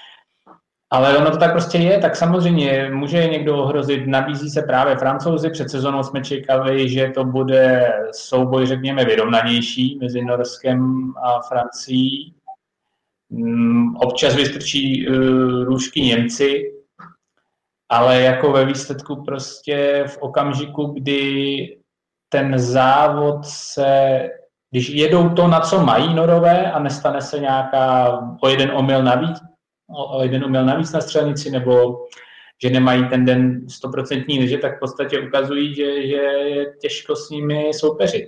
Ale ono to tak prostě je, tak samozřejmě může někdo ohrozit, nabízí se právě Francouzi, před sezónou jsme čekali, že to bude souboj, řekněme, vyrovnanější mezi Norskem a Francií. Občas vystrčí růžky Němci, ale jako ve výsledku prostě v okamžiku, kdy ten závod když jedou to, na co mají Norové a nestane se o jeden omyl navíc na střelnici, nebo že nemají ten den 100% neže, tak v podstatě ukazují, že je těžko s nimi soupeřit.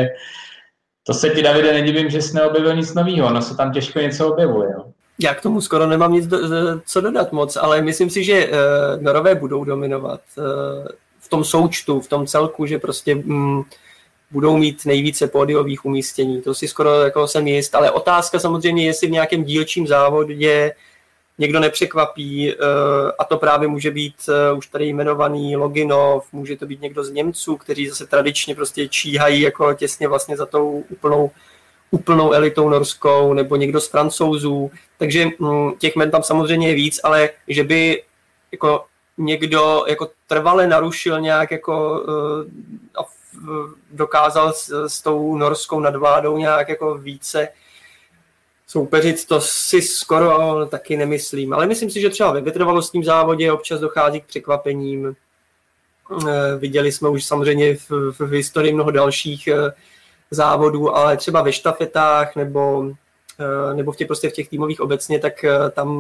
To se ti, Davide, nedivím, že jsi neobjevil nic nového, ono se tam těžko něco objevuje. Jo. Já k tomu skoro nemám nic co dodat moc, ale myslím si, že Norové budou dominovat v tom součtu, v tom celku, že prostě budou mít nejvíce pódiových umístění. To si skoro jako jsem jist, ale otázka samozřejmě, jestli v nějakém dílčím závodě někdo nepřekvapí, a to právě může být už tady jmenovaný Loginov, může to být někdo z Němců, kteří zase tradičně prostě číhají jako těsně vlastně za tou úplnou elitou norskou, nebo někdo z Francouzů, takže těch men tam samozřejmě je víc, ale že by jako někdo jako trvale narušil nějak jako a dokázal s tou norskou nadvládou nějak jako více soupeřit, to si skoro taky nemyslím. Ale myslím si, že třeba ve vytrvalostním závodě občas dochází k překvapením. Viděli jsme už samozřejmě v historii mnoho dalších závodů, ale třeba ve štafetách nebo v těch týmových obecně, tak tam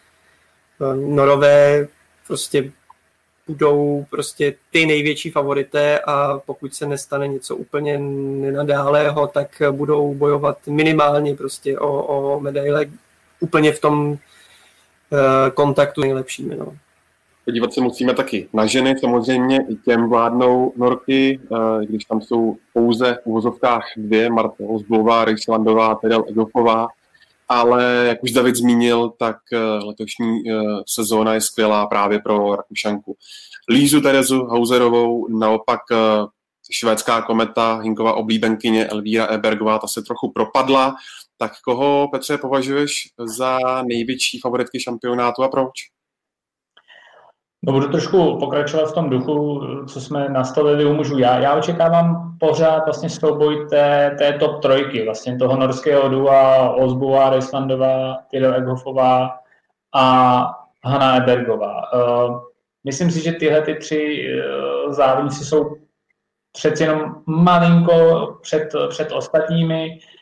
Norové prostě budou prostě ty největší favorité a pokud se nestane něco úplně nenadálého, tak budou bojovat minimálně prostě o medaile úplně v tom kontaktu nejlepšími. No. Podívat se musíme taky na ženy, samozřejmě i těm vládnou Norky, když tam jsou pouze v uvozovkách 2, Marta Hozblová, Rejslandová, Tedel Egofová, ale jak už David zmínil, tak letošní sezóna je skvělá právě pro Rakušanku. Lízu Terezu Hauserovou, naopak švédská kometa, Hinkova oblíbenkyně Elvíra Ebergová, ta se trochu propadla. Tak koho, Petře, považuješ za největší favoritky šampionátu a proč? No, budu trošku pokračovat v tom duchu, co jsme nastavili u mužů. Já očekávám pořád vlastně souboj té top trojky, vlastně toho norského dua Ozbová, Rejslandová, Tyrell Eghofová a Hanna Ebergová. Myslím si, že tyhle ty 3 závodníci jsou přeci jenom malinko před ostatními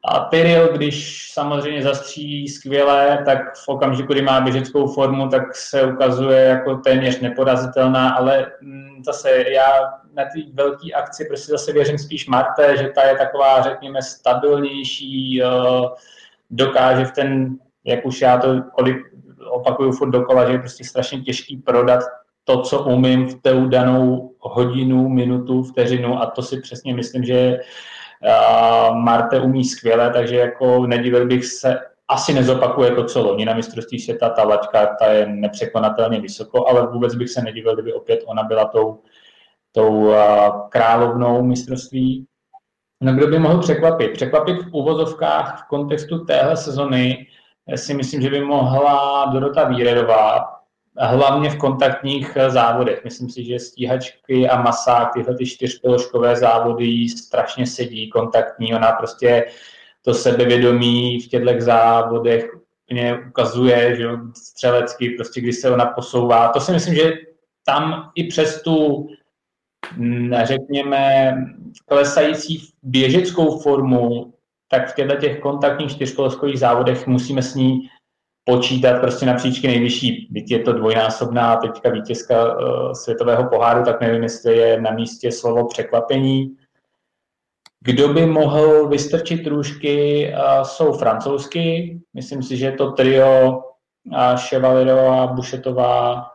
A Tyrrell, když samozřejmě zastřílí skvěle, tak v okamžiku, kdy má běžeckou formu, tak se ukazuje jako téměř neporazitelná, ale zase já na té velké akci prostě zase věřím spíš Marte, že ta je taková, řekněme, stabilnější, dokáže v ten, jak už já to opakuju furt dokola, že je prostě strašně těžký prodat to, co umím v té danou hodinu, minutu, vteřinu, a to si přesně myslím, že Marte umí skvěle, takže jako nedivil bych se, asi nezopakuje to, co loni na mistrovství světa, ta laťka, ta je nepřekonatelně vysoko, ale vůbec bych se nedivil, kdyby opět ona byla tou královnou mistrovství. No, kdo by mohl překvapit? Překvapit v uvozovkách v kontextu téhle sezony si myslím, že by mohla Dorota Vírerová, hlavně v kontaktních závodech. Myslím si, že stíhačky a masák, tyhle ty 4položkové závody jí strašně sedí, kontaktní. Ona prostě to sebevědomí v těchto závodech úplně ukazuje, že střelecky, prostě když se ona posouvá. To si myslím, že tam i přes tu, řekněme, klesající běžeckou formu, tak v těchto kontaktních 4položkových závodech musíme s ní počítat prostě na příčky nejvyšší. Byť je to dvojnásobná teďka vítězka světového poháru, tak nevím, jestli je na místě slovo překvapení. Kdo by mohl vystrčit růžky, jsou francouzsky. Myslím si, že to trio Chevalierová, Bušetová,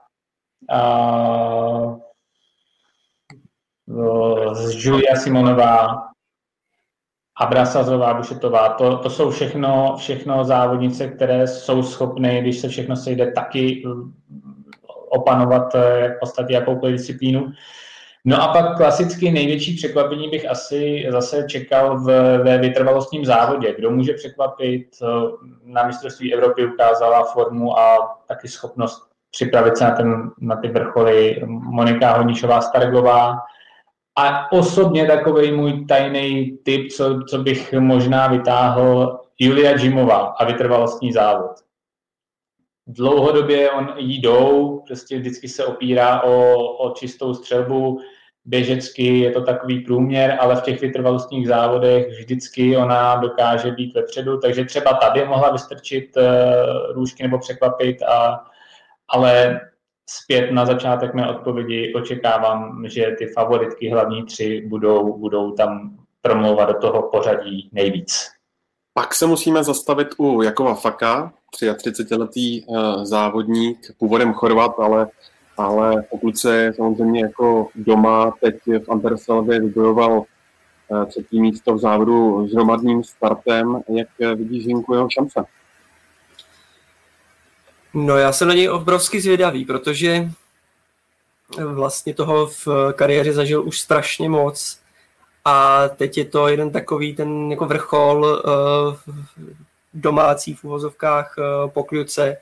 Julia Simonová, Abrasazová, Bušetová, to jsou všechno závodnice, které jsou schopny, když se všechno sejde, taky opanovat v podstatě jakoukoliv disciplínu. No a pak klasicky největší překvapení bych asi zase čekal ve vytrvalostním závodě. Kdo může překvapit? Na mistrovství Evropy ukázala formu a taky schopnost připravit se na ty vrcholy Monika Hodničová-Starglová. A osobně takovej můj tajný tip, co bych možná vytáhl, Julia Jimová a vytrvalostní závod. Dlouhodobě jí jdou, prostě vždycky se opírá o čistou střelbu, běžecky je to takový průměr, ale v těch vytrvalostních závodech vždycky ona dokáže být vepředu, takže třeba tady mohla vystrčit růžky nebo překvapit, ale zpět na začátek mé odpovědi očekávám, že ty favoritky hlavní 3 budou tam promlouvat do toho pořadí nejvíc. Pak se musíme zastavit u Jakova Faka, 33letý závodník, původem Chorvat, ale pokud se samozřejmě jako doma teď v Anterselvě vybojoval 3. místo v závodu s hromadným startem, jak vidíš, Zinku, jeho šance? No, já jsem na něj obrovsky zvědavý, protože vlastně toho v kariéře zažil už strašně moc a teď je to jeden takový ten jako vrchol domácí v uvozovkách Pokljuce.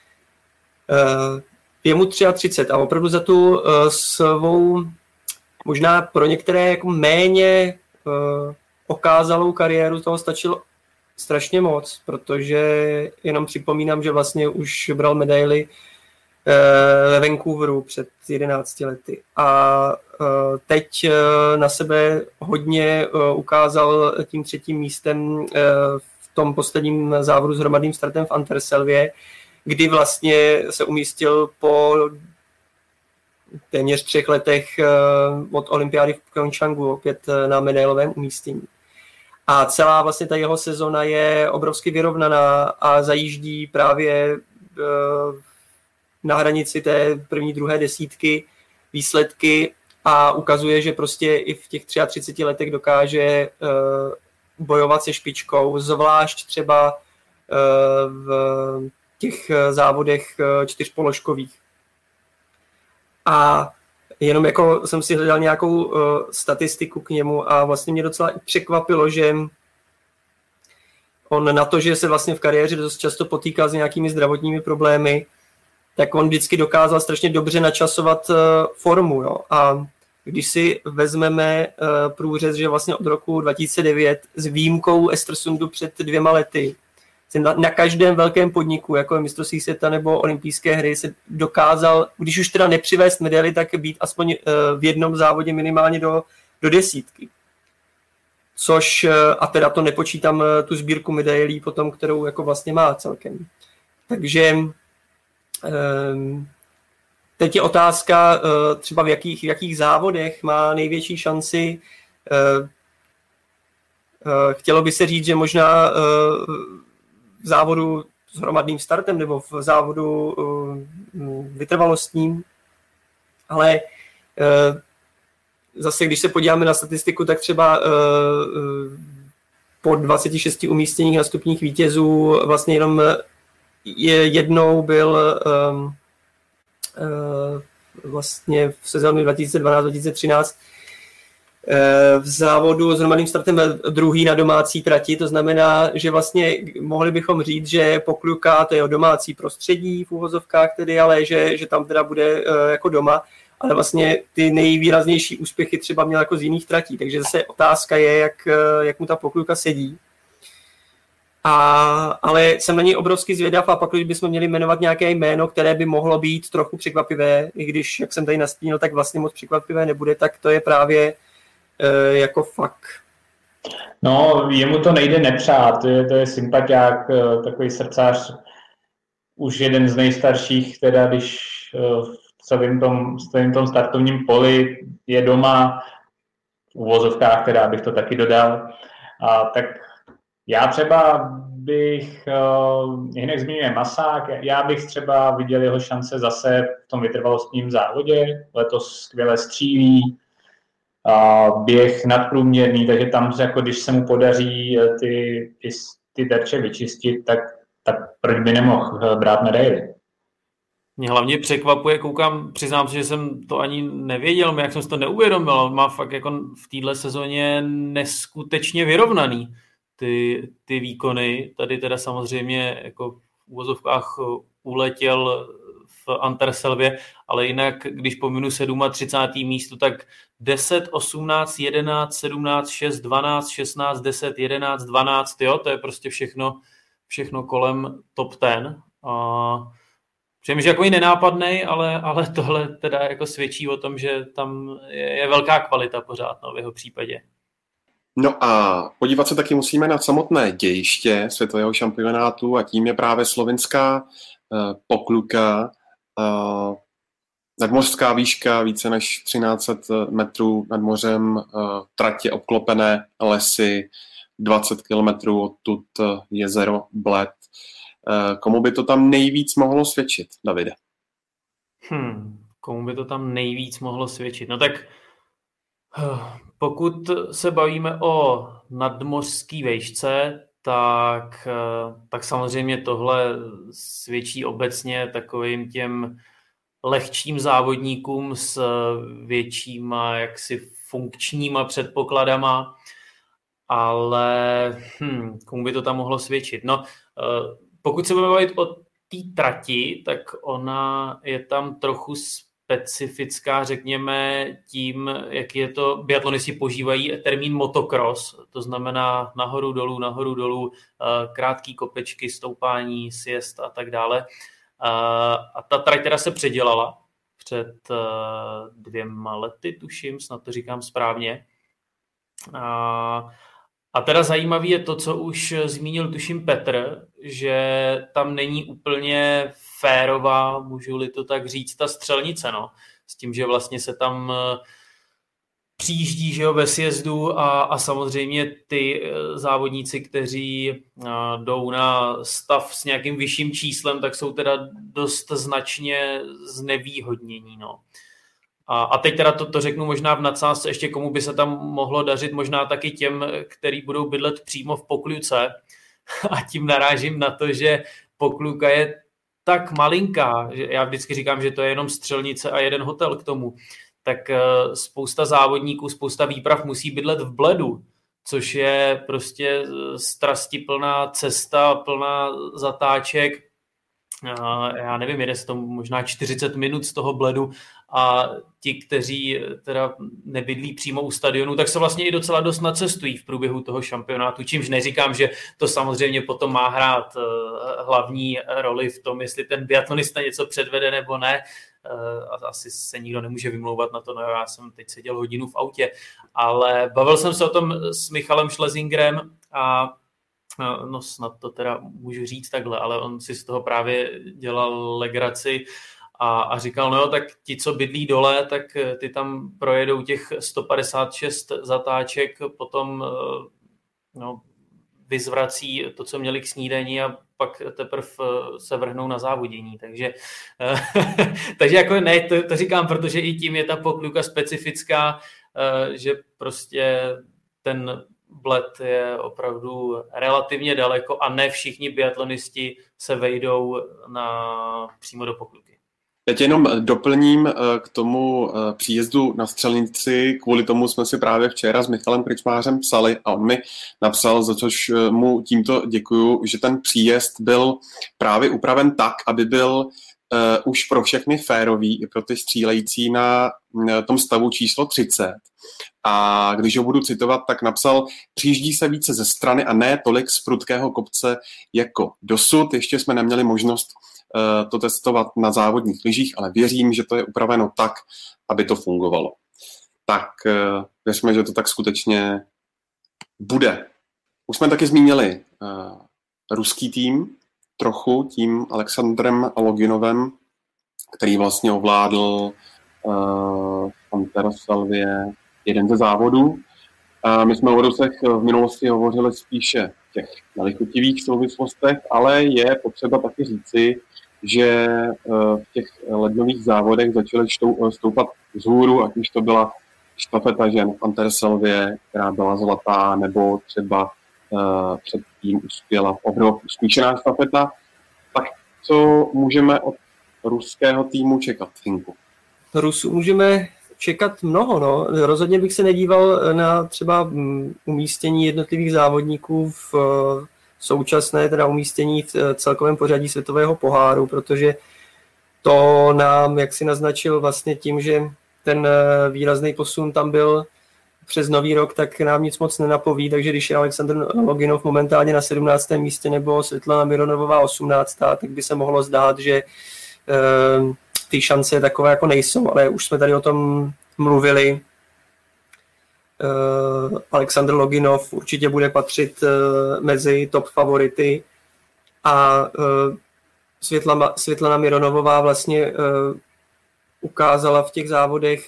Je mu 33 a opravdu za tu svou možná pro některé jako méně okázalou kariéru toho stačilo strašně moc, protože jenom připomínám, že vlastně už bral medaili ve Vancouveru před 11 lety a teď na sebe hodně ukázal tím 3. místem v tom posledním závodu s hromadným startem v Anterselvě, kdy vlastně se umístil po téměř 3 letech od olympiády v Pyeongchangu opět na medailovém umístění. A celá vlastně ta jeho sezona je obrovsky vyrovnaná a zajíždí právě na hranici té první, druhé desítky výsledky a ukazuje, že prostě i v těch 33 letech dokáže bojovat se špičkou, zvlášť třeba v těch závodech 4položkových. A jenom jako jsem si hledal nějakou statistiku k němu a vlastně mě docela překvapilo, že on na to, že se vlastně v kariéře dost často potýkal s nějakými zdravotními problémy, tak on vždycky dokázal strašně dobře načasovat formu. Jo? A když si vezmeme průřez, že vlastně od roku 2009 s výjimkou Estersundu před 2 lety na každém velkém podniku, jako je mistrovství světa nebo olympijské hry, se dokázal, když už teda nepřivést medaili, tak být aspoň v jednom závodě minimálně do desítky. což, a teda to nepočítám tu sbírku medailí potom, kterou jako vlastně má celkem. Takže teď je otázka třeba v jakých závodech má největší šanci. Chtělo by se říct, že možná v závodu s hromadným startem nebo v závodu vytrvalostním, ale zase, když se podíváme na statistiku, tak třeba po 26 umístěních na stupních vítězů vlastně jenom jednou byl vlastně v sezóně 2012-2013 v závodu s hromadným startem druhý na domácí trati, to znamená, že vlastně mohli bychom říct, že Pokluka, to je domácí prostředí v úvozovkách tedy, ale že tam teda bude jako doma, ale vlastně ty nejvýraznější úspěchy třeba měl jako z jiných tratí, takže zase otázka je, jak mu ta Pokluka sedí. Ale jsem na něj obrovský zvědav a pak, když bychom měli jmenovat nějaké jméno, které by mohlo být trochu překvapivé, i když, jak jsem tady nastínil, tak vlastně moc překvapivé nebude, tak to je právě jako fakt. No, jemu to nejde nepřát, to je sympatiák, takový srdcář, už jeden z nejstarších, teda když v celém tom startovním poli je doma, v uvozovkách, teda bych to taky dodal, tak já třeba bych, hned zmiňuje Masák, já bych třeba viděl jeho šance zase v tom vytrvalostním závodě, letos skvěle střílí, běh nadprůměrný, takže tam, jako když se mu podaří ty terče vyčistit, tak proč by nemohl brát medaili? Mě hlavně překvapuje, přiznám se, že jsem to ani nevěděl, jak jsem si to neuvědomil, má fakt jako v téhle sezóně neskutečně vyrovnaný ty výkony. Tady teda samozřejmě jako v uvozovkách uletěl v Anterselvě, ale jinak, když pominu 37. místo, tak 10, 18, 11, 17, 6, 12, 16, 10, 11, 12, jo, to je prostě všechno kolem top 10. Přijím, že jako nenápadnej, ale tohle teda jako svědčí o tom, že tam je velká kvalita pořád v jeho případě. No a podívat se taky musíme na samotné dějiště světového šampionátu a tím je právě slovinská Pokluka, nadmořská výška více než 1300 metrů nad mořem, tratě obklopené lesy, 20 kilometrů odtud jezero Bled. Komu by to tam nejvíc mohlo svědčit, Davide? Komu by to tam nejvíc mohlo svědčit? No tak pokud se bavíme o nadmořské výšce, tak samozřejmě tohle svědčí obecně takovým těm lehčím závodníkům s většíma jaksi funkčníma předpokladama, ale komu by to tam mohlo svědčit? No, pokud se budeme bavit o té trati, tak ona je tam trochu specifická, řekněme, tím, jak je to, biatlonisti používají termín motocross, to znamená nahoru dolů, krátký kopečky, stoupání, sjezd a tak dále. A ta trať teda se předělala před 2 lety, tuším, snad to říkám správně. A teda zajímavý je to, co už zmínil tuším Petr, že tam není úplně férová, můžu-li to tak říct, ta střelnice, no. S tím, že vlastně se tam přijíždí, že jo, ve sjezdu a samozřejmě ty závodníci, kteří jdou na stav s nějakým vyšším číslem, tak jsou teda dost značně znevýhodnění, no. A teď teda to řeknu možná v nadsázce, ještě komu by se tam mohlo dařit, možná taky těm, který budou bydlet přímo v Pokluce. A tím narážím na to, že Pokluka je tak malinká, že já vždycky říkám, že to je jenom střelnice a jeden hotel k tomu, tak spousta závodníků, spousta výprav musí bydlet v Bledu, což je prostě strastiplná cesta, plná zatáček. Já nevím, jede se to možná 40 minut z toho Bledu a ti, kteří teda nebydlí přímo u stadionu, tak se vlastně i docela dost nacestují v průběhu toho šampionátu, čímž neříkám, že to samozřejmě potom má hrát hlavní roli v tom, jestli ten biatlonista něco předvede nebo ne. a asi se nikdo nemůže vymlouvat na to, no já jsem teď seděl hodinu v autě, ale bavil jsem se o tom s Michalem Schlesingerem a no snad to teda můžu říct takhle, ale on si z toho právě dělal legraci a říkal, no jo, tak ti, co bydlí dole, tak ty tam projedou těch 156 zatáček, potom vyzvrací to, co měli k snídani a pak teprve se vrhnou na závodění. Takže jako ne, to říkám, protože i tím je ta Pokluka specifická, že prostě ten Bled je opravdu relativně daleko a ne všichni biatlonisti se vejdou přímo do Pokluky. Já tě jenom doplním k tomu příjezdu na střelnici, kvůli tomu jsme si právě včera s Michalem Krčmářem psali a on mi napsal, za což mu tímto děkuju, že ten příjezd byl právě upraven tak, aby byl už pro všechny férový, i pro ty střílející na tom stavu číslo 30. A když ho budu citovat, tak napsal, přijíždí se více ze strany a ne tolik z prudkého kopce jako dosud. Ještě jsme neměli možnost to testovat na závodních lyžích, ale věřím, že to je upraveno tak, aby to fungovalo. Tak věřme, že to tak skutečně bude. Už jsme taky zmínili ruský tým, trochu tím Alexandrem Loginovem, který vlastně ovládl Pantersalvě jeden ze závodů. My jsme o Rusech v minulosti hovořili spíše v těch nelichotivých souvislostech, ale je potřeba taky říci, že v těch lednových závodech začaly stoupat vzhůru, ať už to byla štafeta žen v Pantersalvě, která byla zlatá, nebo třeba předtím uspěla obrovská smíšená štafeta. Tak co můžeme od ruského týmu čekat, Hinku? Rusů můžeme čekat mnoho. No. Rozhodně bych se nedíval na třeba umístění jednotlivých závodníků v současné teda umístění v celkovém pořadí světového poháru, protože to nám, jak si naznačil vlastně tím, že ten výrazný posun tam byl přes nový rok, tak nám nic moc nenapoví, takže když je Alexandr Loginov momentálně na 17. místě nebo Světlana Mironovová 18., tak by se mohlo zdát, že ty šance takové jako nejsou, ale už jsme tady o tom mluvili. Alexandr Loginov určitě bude patřit mezi top favority a Světlana Mironovová vlastně ukázala v těch závodech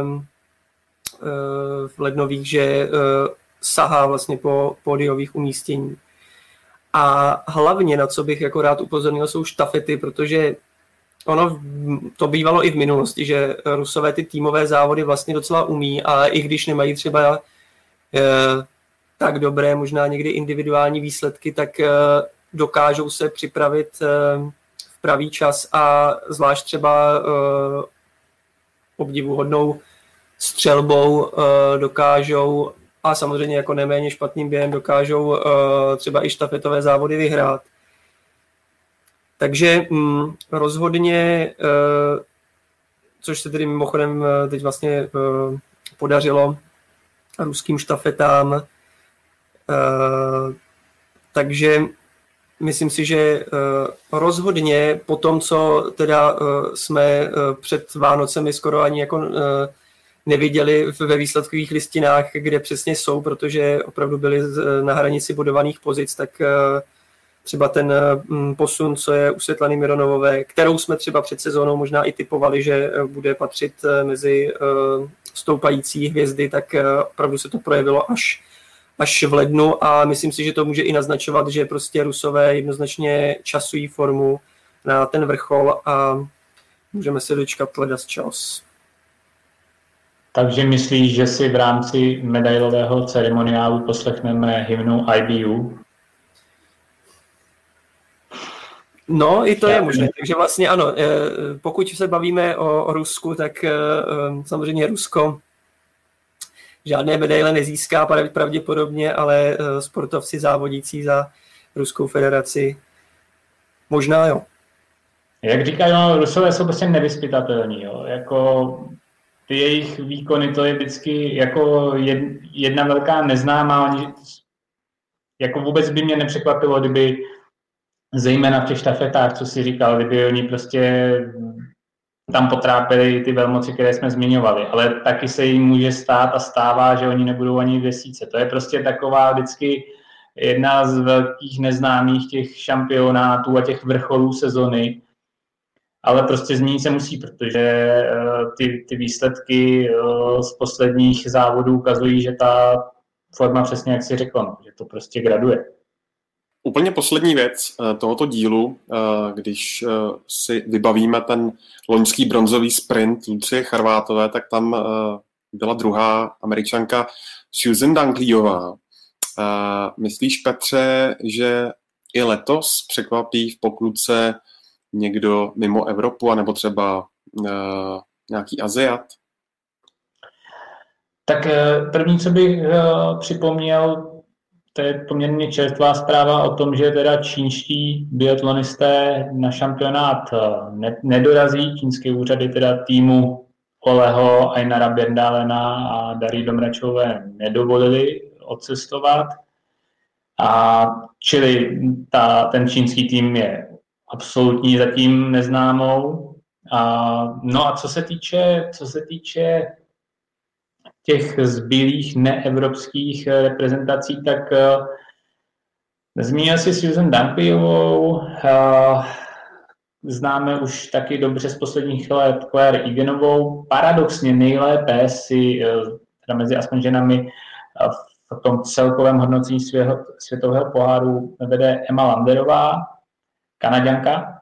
v lednových, že sahá vlastně po pódiových umístění. A hlavně, na co bych jako rád upozornil, jsou štafety, protože ono to bývalo i v minulosti, že Rusové ty týmové závody vlastně docela umí, ale i když nemají třeba tak dobré, možná někdy individuální výsledky, tak dokážou se připravit v pravý čas a zvlášť třeba obdivuhodnou střelbou dokážou, a samozřejmě jako neméně špatným během, dokážou třeba i štafetové závody vyhrát. Takže rozhodně, což se tedy mimochodem teď vlastně podařilo ruským štafetám, takže myslím si, že rozhodně po tom, co teda jsme před Vánocemi skoro ani jako neviděli ve výsledkových listinách, kde přesně jsou, protože opravdu byli na hranici bodovaných pozic, tak třeba ten posun, co je u Světlany Mironovové, kterou jsme třeba před sezónou možná i typovali, že bude patřit mezi stoupající hvězdy, tak opravdu se to projevilo až v lednu a myslím si, že to může i naznačovat, že prostě Rusové jednoznačně časují formu na ten vrchol a můžeme se dočkat ledačas. Takže myslíš, že si v rámci medailového ceremoniálu poslechneme hymnu IBU? No, i to je možné. Takže vlastně ano, pokud se bavíme o Rusku, tak samozřejmě Rusko žádné medaile nezíská pravděpodobně, ale sportovci závodící za Ruskou federaci možná jo. Jak říkají, no, Rusové jsou prostě nevyzpytatelní. Jo. Jako ty jejich výkony, to je vždycky jako jedna velká neznámá. Jako vůbec by mě nepřekvapilo, kdyby zejména v těch štafetách, co si říkal, kdyby oni prostě tam potrápili ty velmoci, které jsme zmiňovali, ale taky se jim může stát a stává, že oni nebudou ani v desítce. To je prostě taková vždycky jedna z velkých neznámých těch šampionátů a těch vrcholů sezony, ale prostě změnit se musí, protože ty výsledky z posledních závodů ukazují, že ta forma přesně, jak si řekl, no, že to prostě graduje. Úplně poslední věc tohoto dílu, když si vybavíme ten loňský bronzový sprint Lucie Charvátové, tak tam byla druhá Američanka Susan Dunkleyová. Myslíš, Petře, že i letos překvapí v pokluce někdo mimo Evropu, anebo třeba nějaký Aziat? Tak první, co bych připomněl, to je poměrně čerstvá zpráva o tom, že teda čínští biatlonisté na šampionát nedorazí. Čínské úřady teda týmu Oleho, Einara Bjørndalena a Darii Domrachové nedovolili odcestovat. A čili ten čínský tým je absolutní zatím neznámou. No a co se týče těch zbylých neevropských reprezentací, tak zmínil si Susan Dunkleyovou, známe už taky dobře z posledních let Claire Eganovou. Paradoxně nejlépe si teda mezi aspoň ženami v tom celkovém hodnocení světového poháru vede Emma Landerová, Kanaďanka,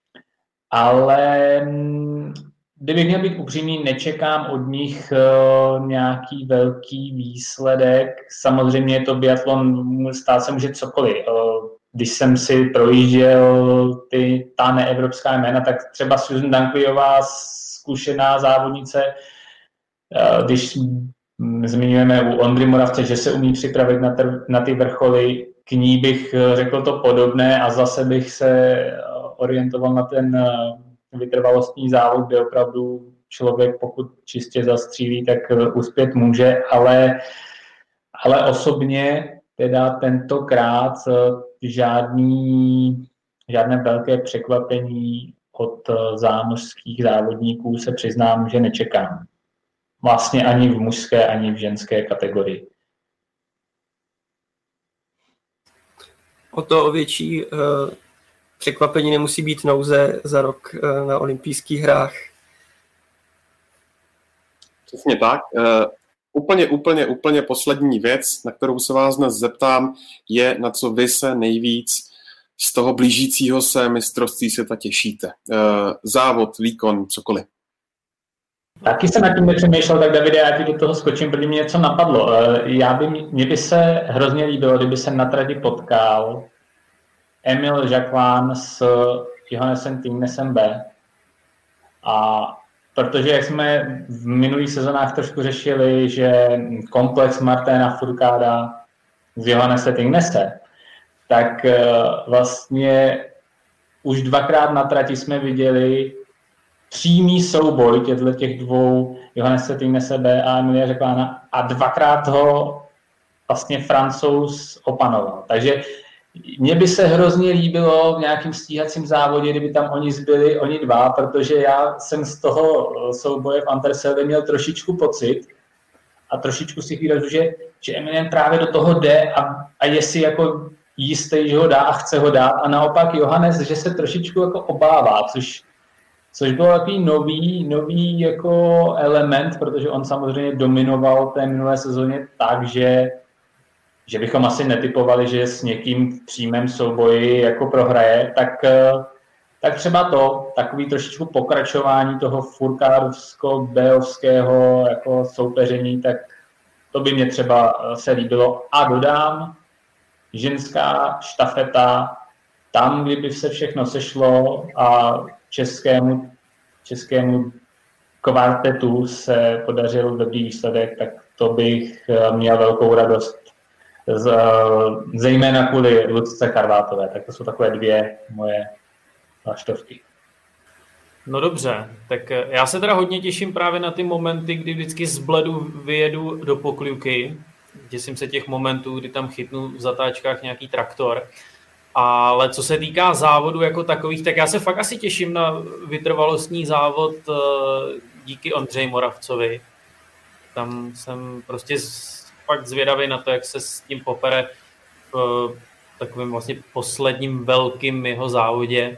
ale kdybych měl být upřímný, nečekám od nich nějaký velký výsledek. Samozřejmě je to biatlon, stát se může cokoliv. Když jsem si projížděl ta neevropská jména, tak třeba Susan Dunkleyová, zkušená závodnice, když zmiňujeme u Ondry Moravce, že se umí připravit na ty vrcholy, k ní bych řekl to podobné a zase bych se orientoval na ten vytrvalostní závod, kde opravdu člověk, pokud čistě zastřílí, tak uspět může, ale osobně teda tentokrát žádné velké překvapení od zámořských závodníků se přiznám, že nečekám. Vlastně ani v mužské, ani v ženské kategorii. O větší překvapení nemusí být nouze za rok na olympijských hrách. Přesně tak. Úplně poslední věc, na kterou se vás dnes zeptám, je, na co vy se nejvíc z toho blížícího se mistrovství světa těšíte. Závod, výkon, cokoliv. Taky jsem nad tím nepřemýšlel, tak Davide, já ti do toho skočím, protože mě něco napadlo. Mně by se hrozně líbilo, kdyby se na trati potkal Emil Jacquelin s Johannesem Tingnesem B. A protože jak jsme v minulých sezonách trošku řešili, že komplex Martina Fourcada z Johannese Tingnese, tak vlastně už dvakrát na trati jsme viděli přímý souboj těch dvou Johannese Tingnese B a Emilia Jacquelina a dvakrát ho vlastně Francouz opanoval. Takže mně by se hrozně líbilo v nějakém stíhacím závodě, kdyby tam oni zbyli, oni dva, protože já jsem z toho souboje v Anterselve měl trošičku pocit a trošičku si chvíli, že Emilien právě do toho jde a je si jako jistý, že ho dá a chce ho dát a naopak Johannes, že se trošičku jako obává, což byl takový nový jako element, protože on samozřejmě dominoval té minulé sezóně tak, že bychom asi netipovali, že s někým v přímém souboji jako prohraje, tak třeba takový trošičku pokračování toho Fourcadovsko-Beovského jako soupeření, tak to by mě třeba se líbilo. A dodám, ženská štafeta, tam, kdyby se všechno sešlo a českému kvartetu se podařil dobrý výsledek, tak to bych měl velkou radost. Zejména kvůli Lucce Charvátové. Tak to jsou takové dvě moje štovky. No dobře, tak já se teda hodně těším právě na ty momenty, kdy vždycky z Bledu vyjedu do Pokljuky. Těším se těch momentů, kdy tam chytnu v zatáčkách nějaký traktor. Ale co se týká závodu jako takových, tak já se fakt asi těším na vytrvalostní závod díky Ondřeji Moravcovi. Tam jsem prostě fakt zvědavý na to, jak se s tím popere v takovým vlastně posledním velkým jeho závodě.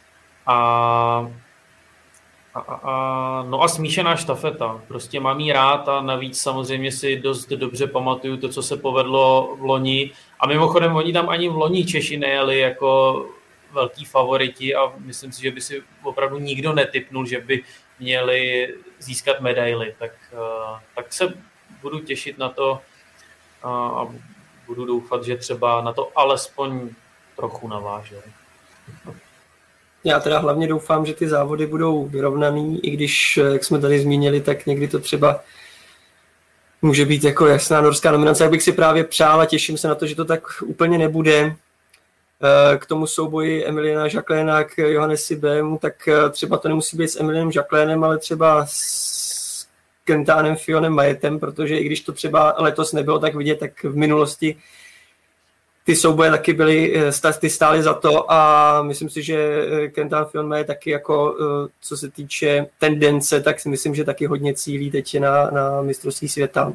No a smíšená štafeta. Prostě mám jí rád a navíc samozřejmě si dost dobře pamatuju to, co se povedlo v loni. A mimochodem, oni tam ani v loni Češi nejeli jako velký favoriti a myslím si, že by si opravdu nikdo netipnul, že by měli získat medaily. Tak se budu těšit na to a budu doufat, že třeba na to alespoň trochu navážou. Já teda hlavně doufám, že ty závody budou vyrovnaný, i když, jak jsme tady zmínili, tak někdy to třeba může být jako jasná norská nominace. Jak bych si právě přál a těším se na to, že to tak úplně nebude. K tomu souboji Emiliana Jacquelina k Johannesi Bemu, tak třeba to nemusí být s Emilianem Jacquelinem, ale třeba s Quintanem Fionem Majetem, protože i když to třeba letos nebylo tak vidět, tak v minulosti ty souboje taky ty stály za to a myslím si, že Quintan Fillon Maillet taky jako, co se týče tendence, tak si myslím, že taky hodně cílí teď na mistrovství světa.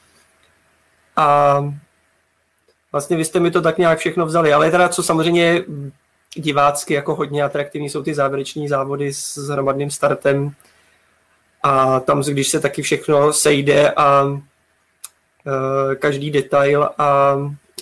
A vlastně vy jste mi to tak nějak všechno vzali, ale teda co samozřejmě divácky jako hodně atraktivní jsou ty závěreční závody s hromadným startem a tam, když se taky všechno sejde a každý detail a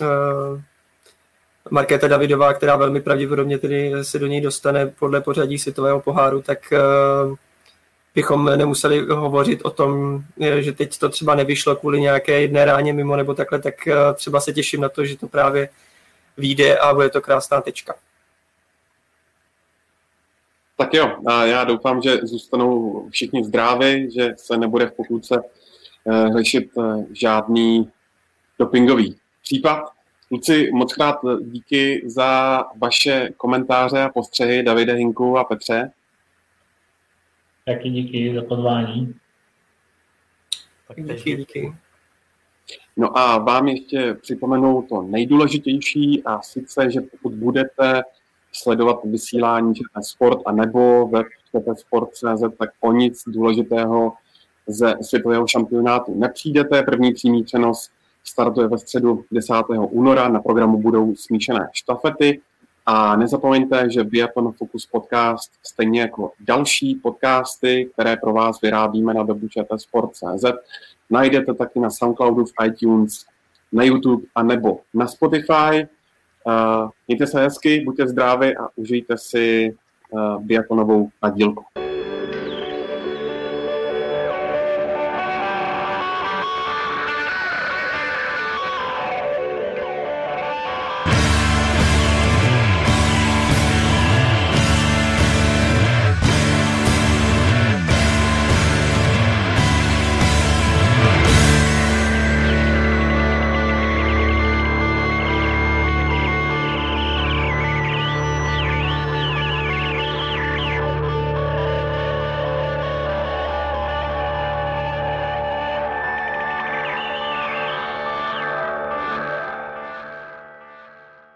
Markéta Davidová, která velmi pravděpodobně tedy se do něj dostane podle pořadí světového poháru, tak bychom nemuseli hovořit o tom, že teď to třeba nevyšlo kvůli nějaké jedné ráně mimo nebo takhle, tak třeba se těším na to, že to právě vyjde a bude to krásná tečka. Tak jo, a já doufám, že zůstanou všichni zdraví, že se nebude v pokutce řešit žádný dopingový případ. Kluci, moc krát díky za vaše komentáře a postřehy, Davide, Hinku a Petře. Taky díky za pozvání. Díky. No a vám ještě připomenu to nejdůležitější a sice, že pokud budete sledovat vysílání ČT Sport a nebo web čtsport.cz, tak o nic důležitého ze světového šampionátu nepřijdete. První přímý přenos startuje ve středu 10. února, na programu budou smíšené štafety a nezapomeňte, že Biathlon Focus podcast, stejně jako další podcasty, které pro vás vyrábíme na webu čtsport.cz, najdete taky na Soundcloudu, v iTunes, na YouTube a nebo na Spotify. Mějte se hezky, buďte zdraví a užijte si biatlonovou nadílku.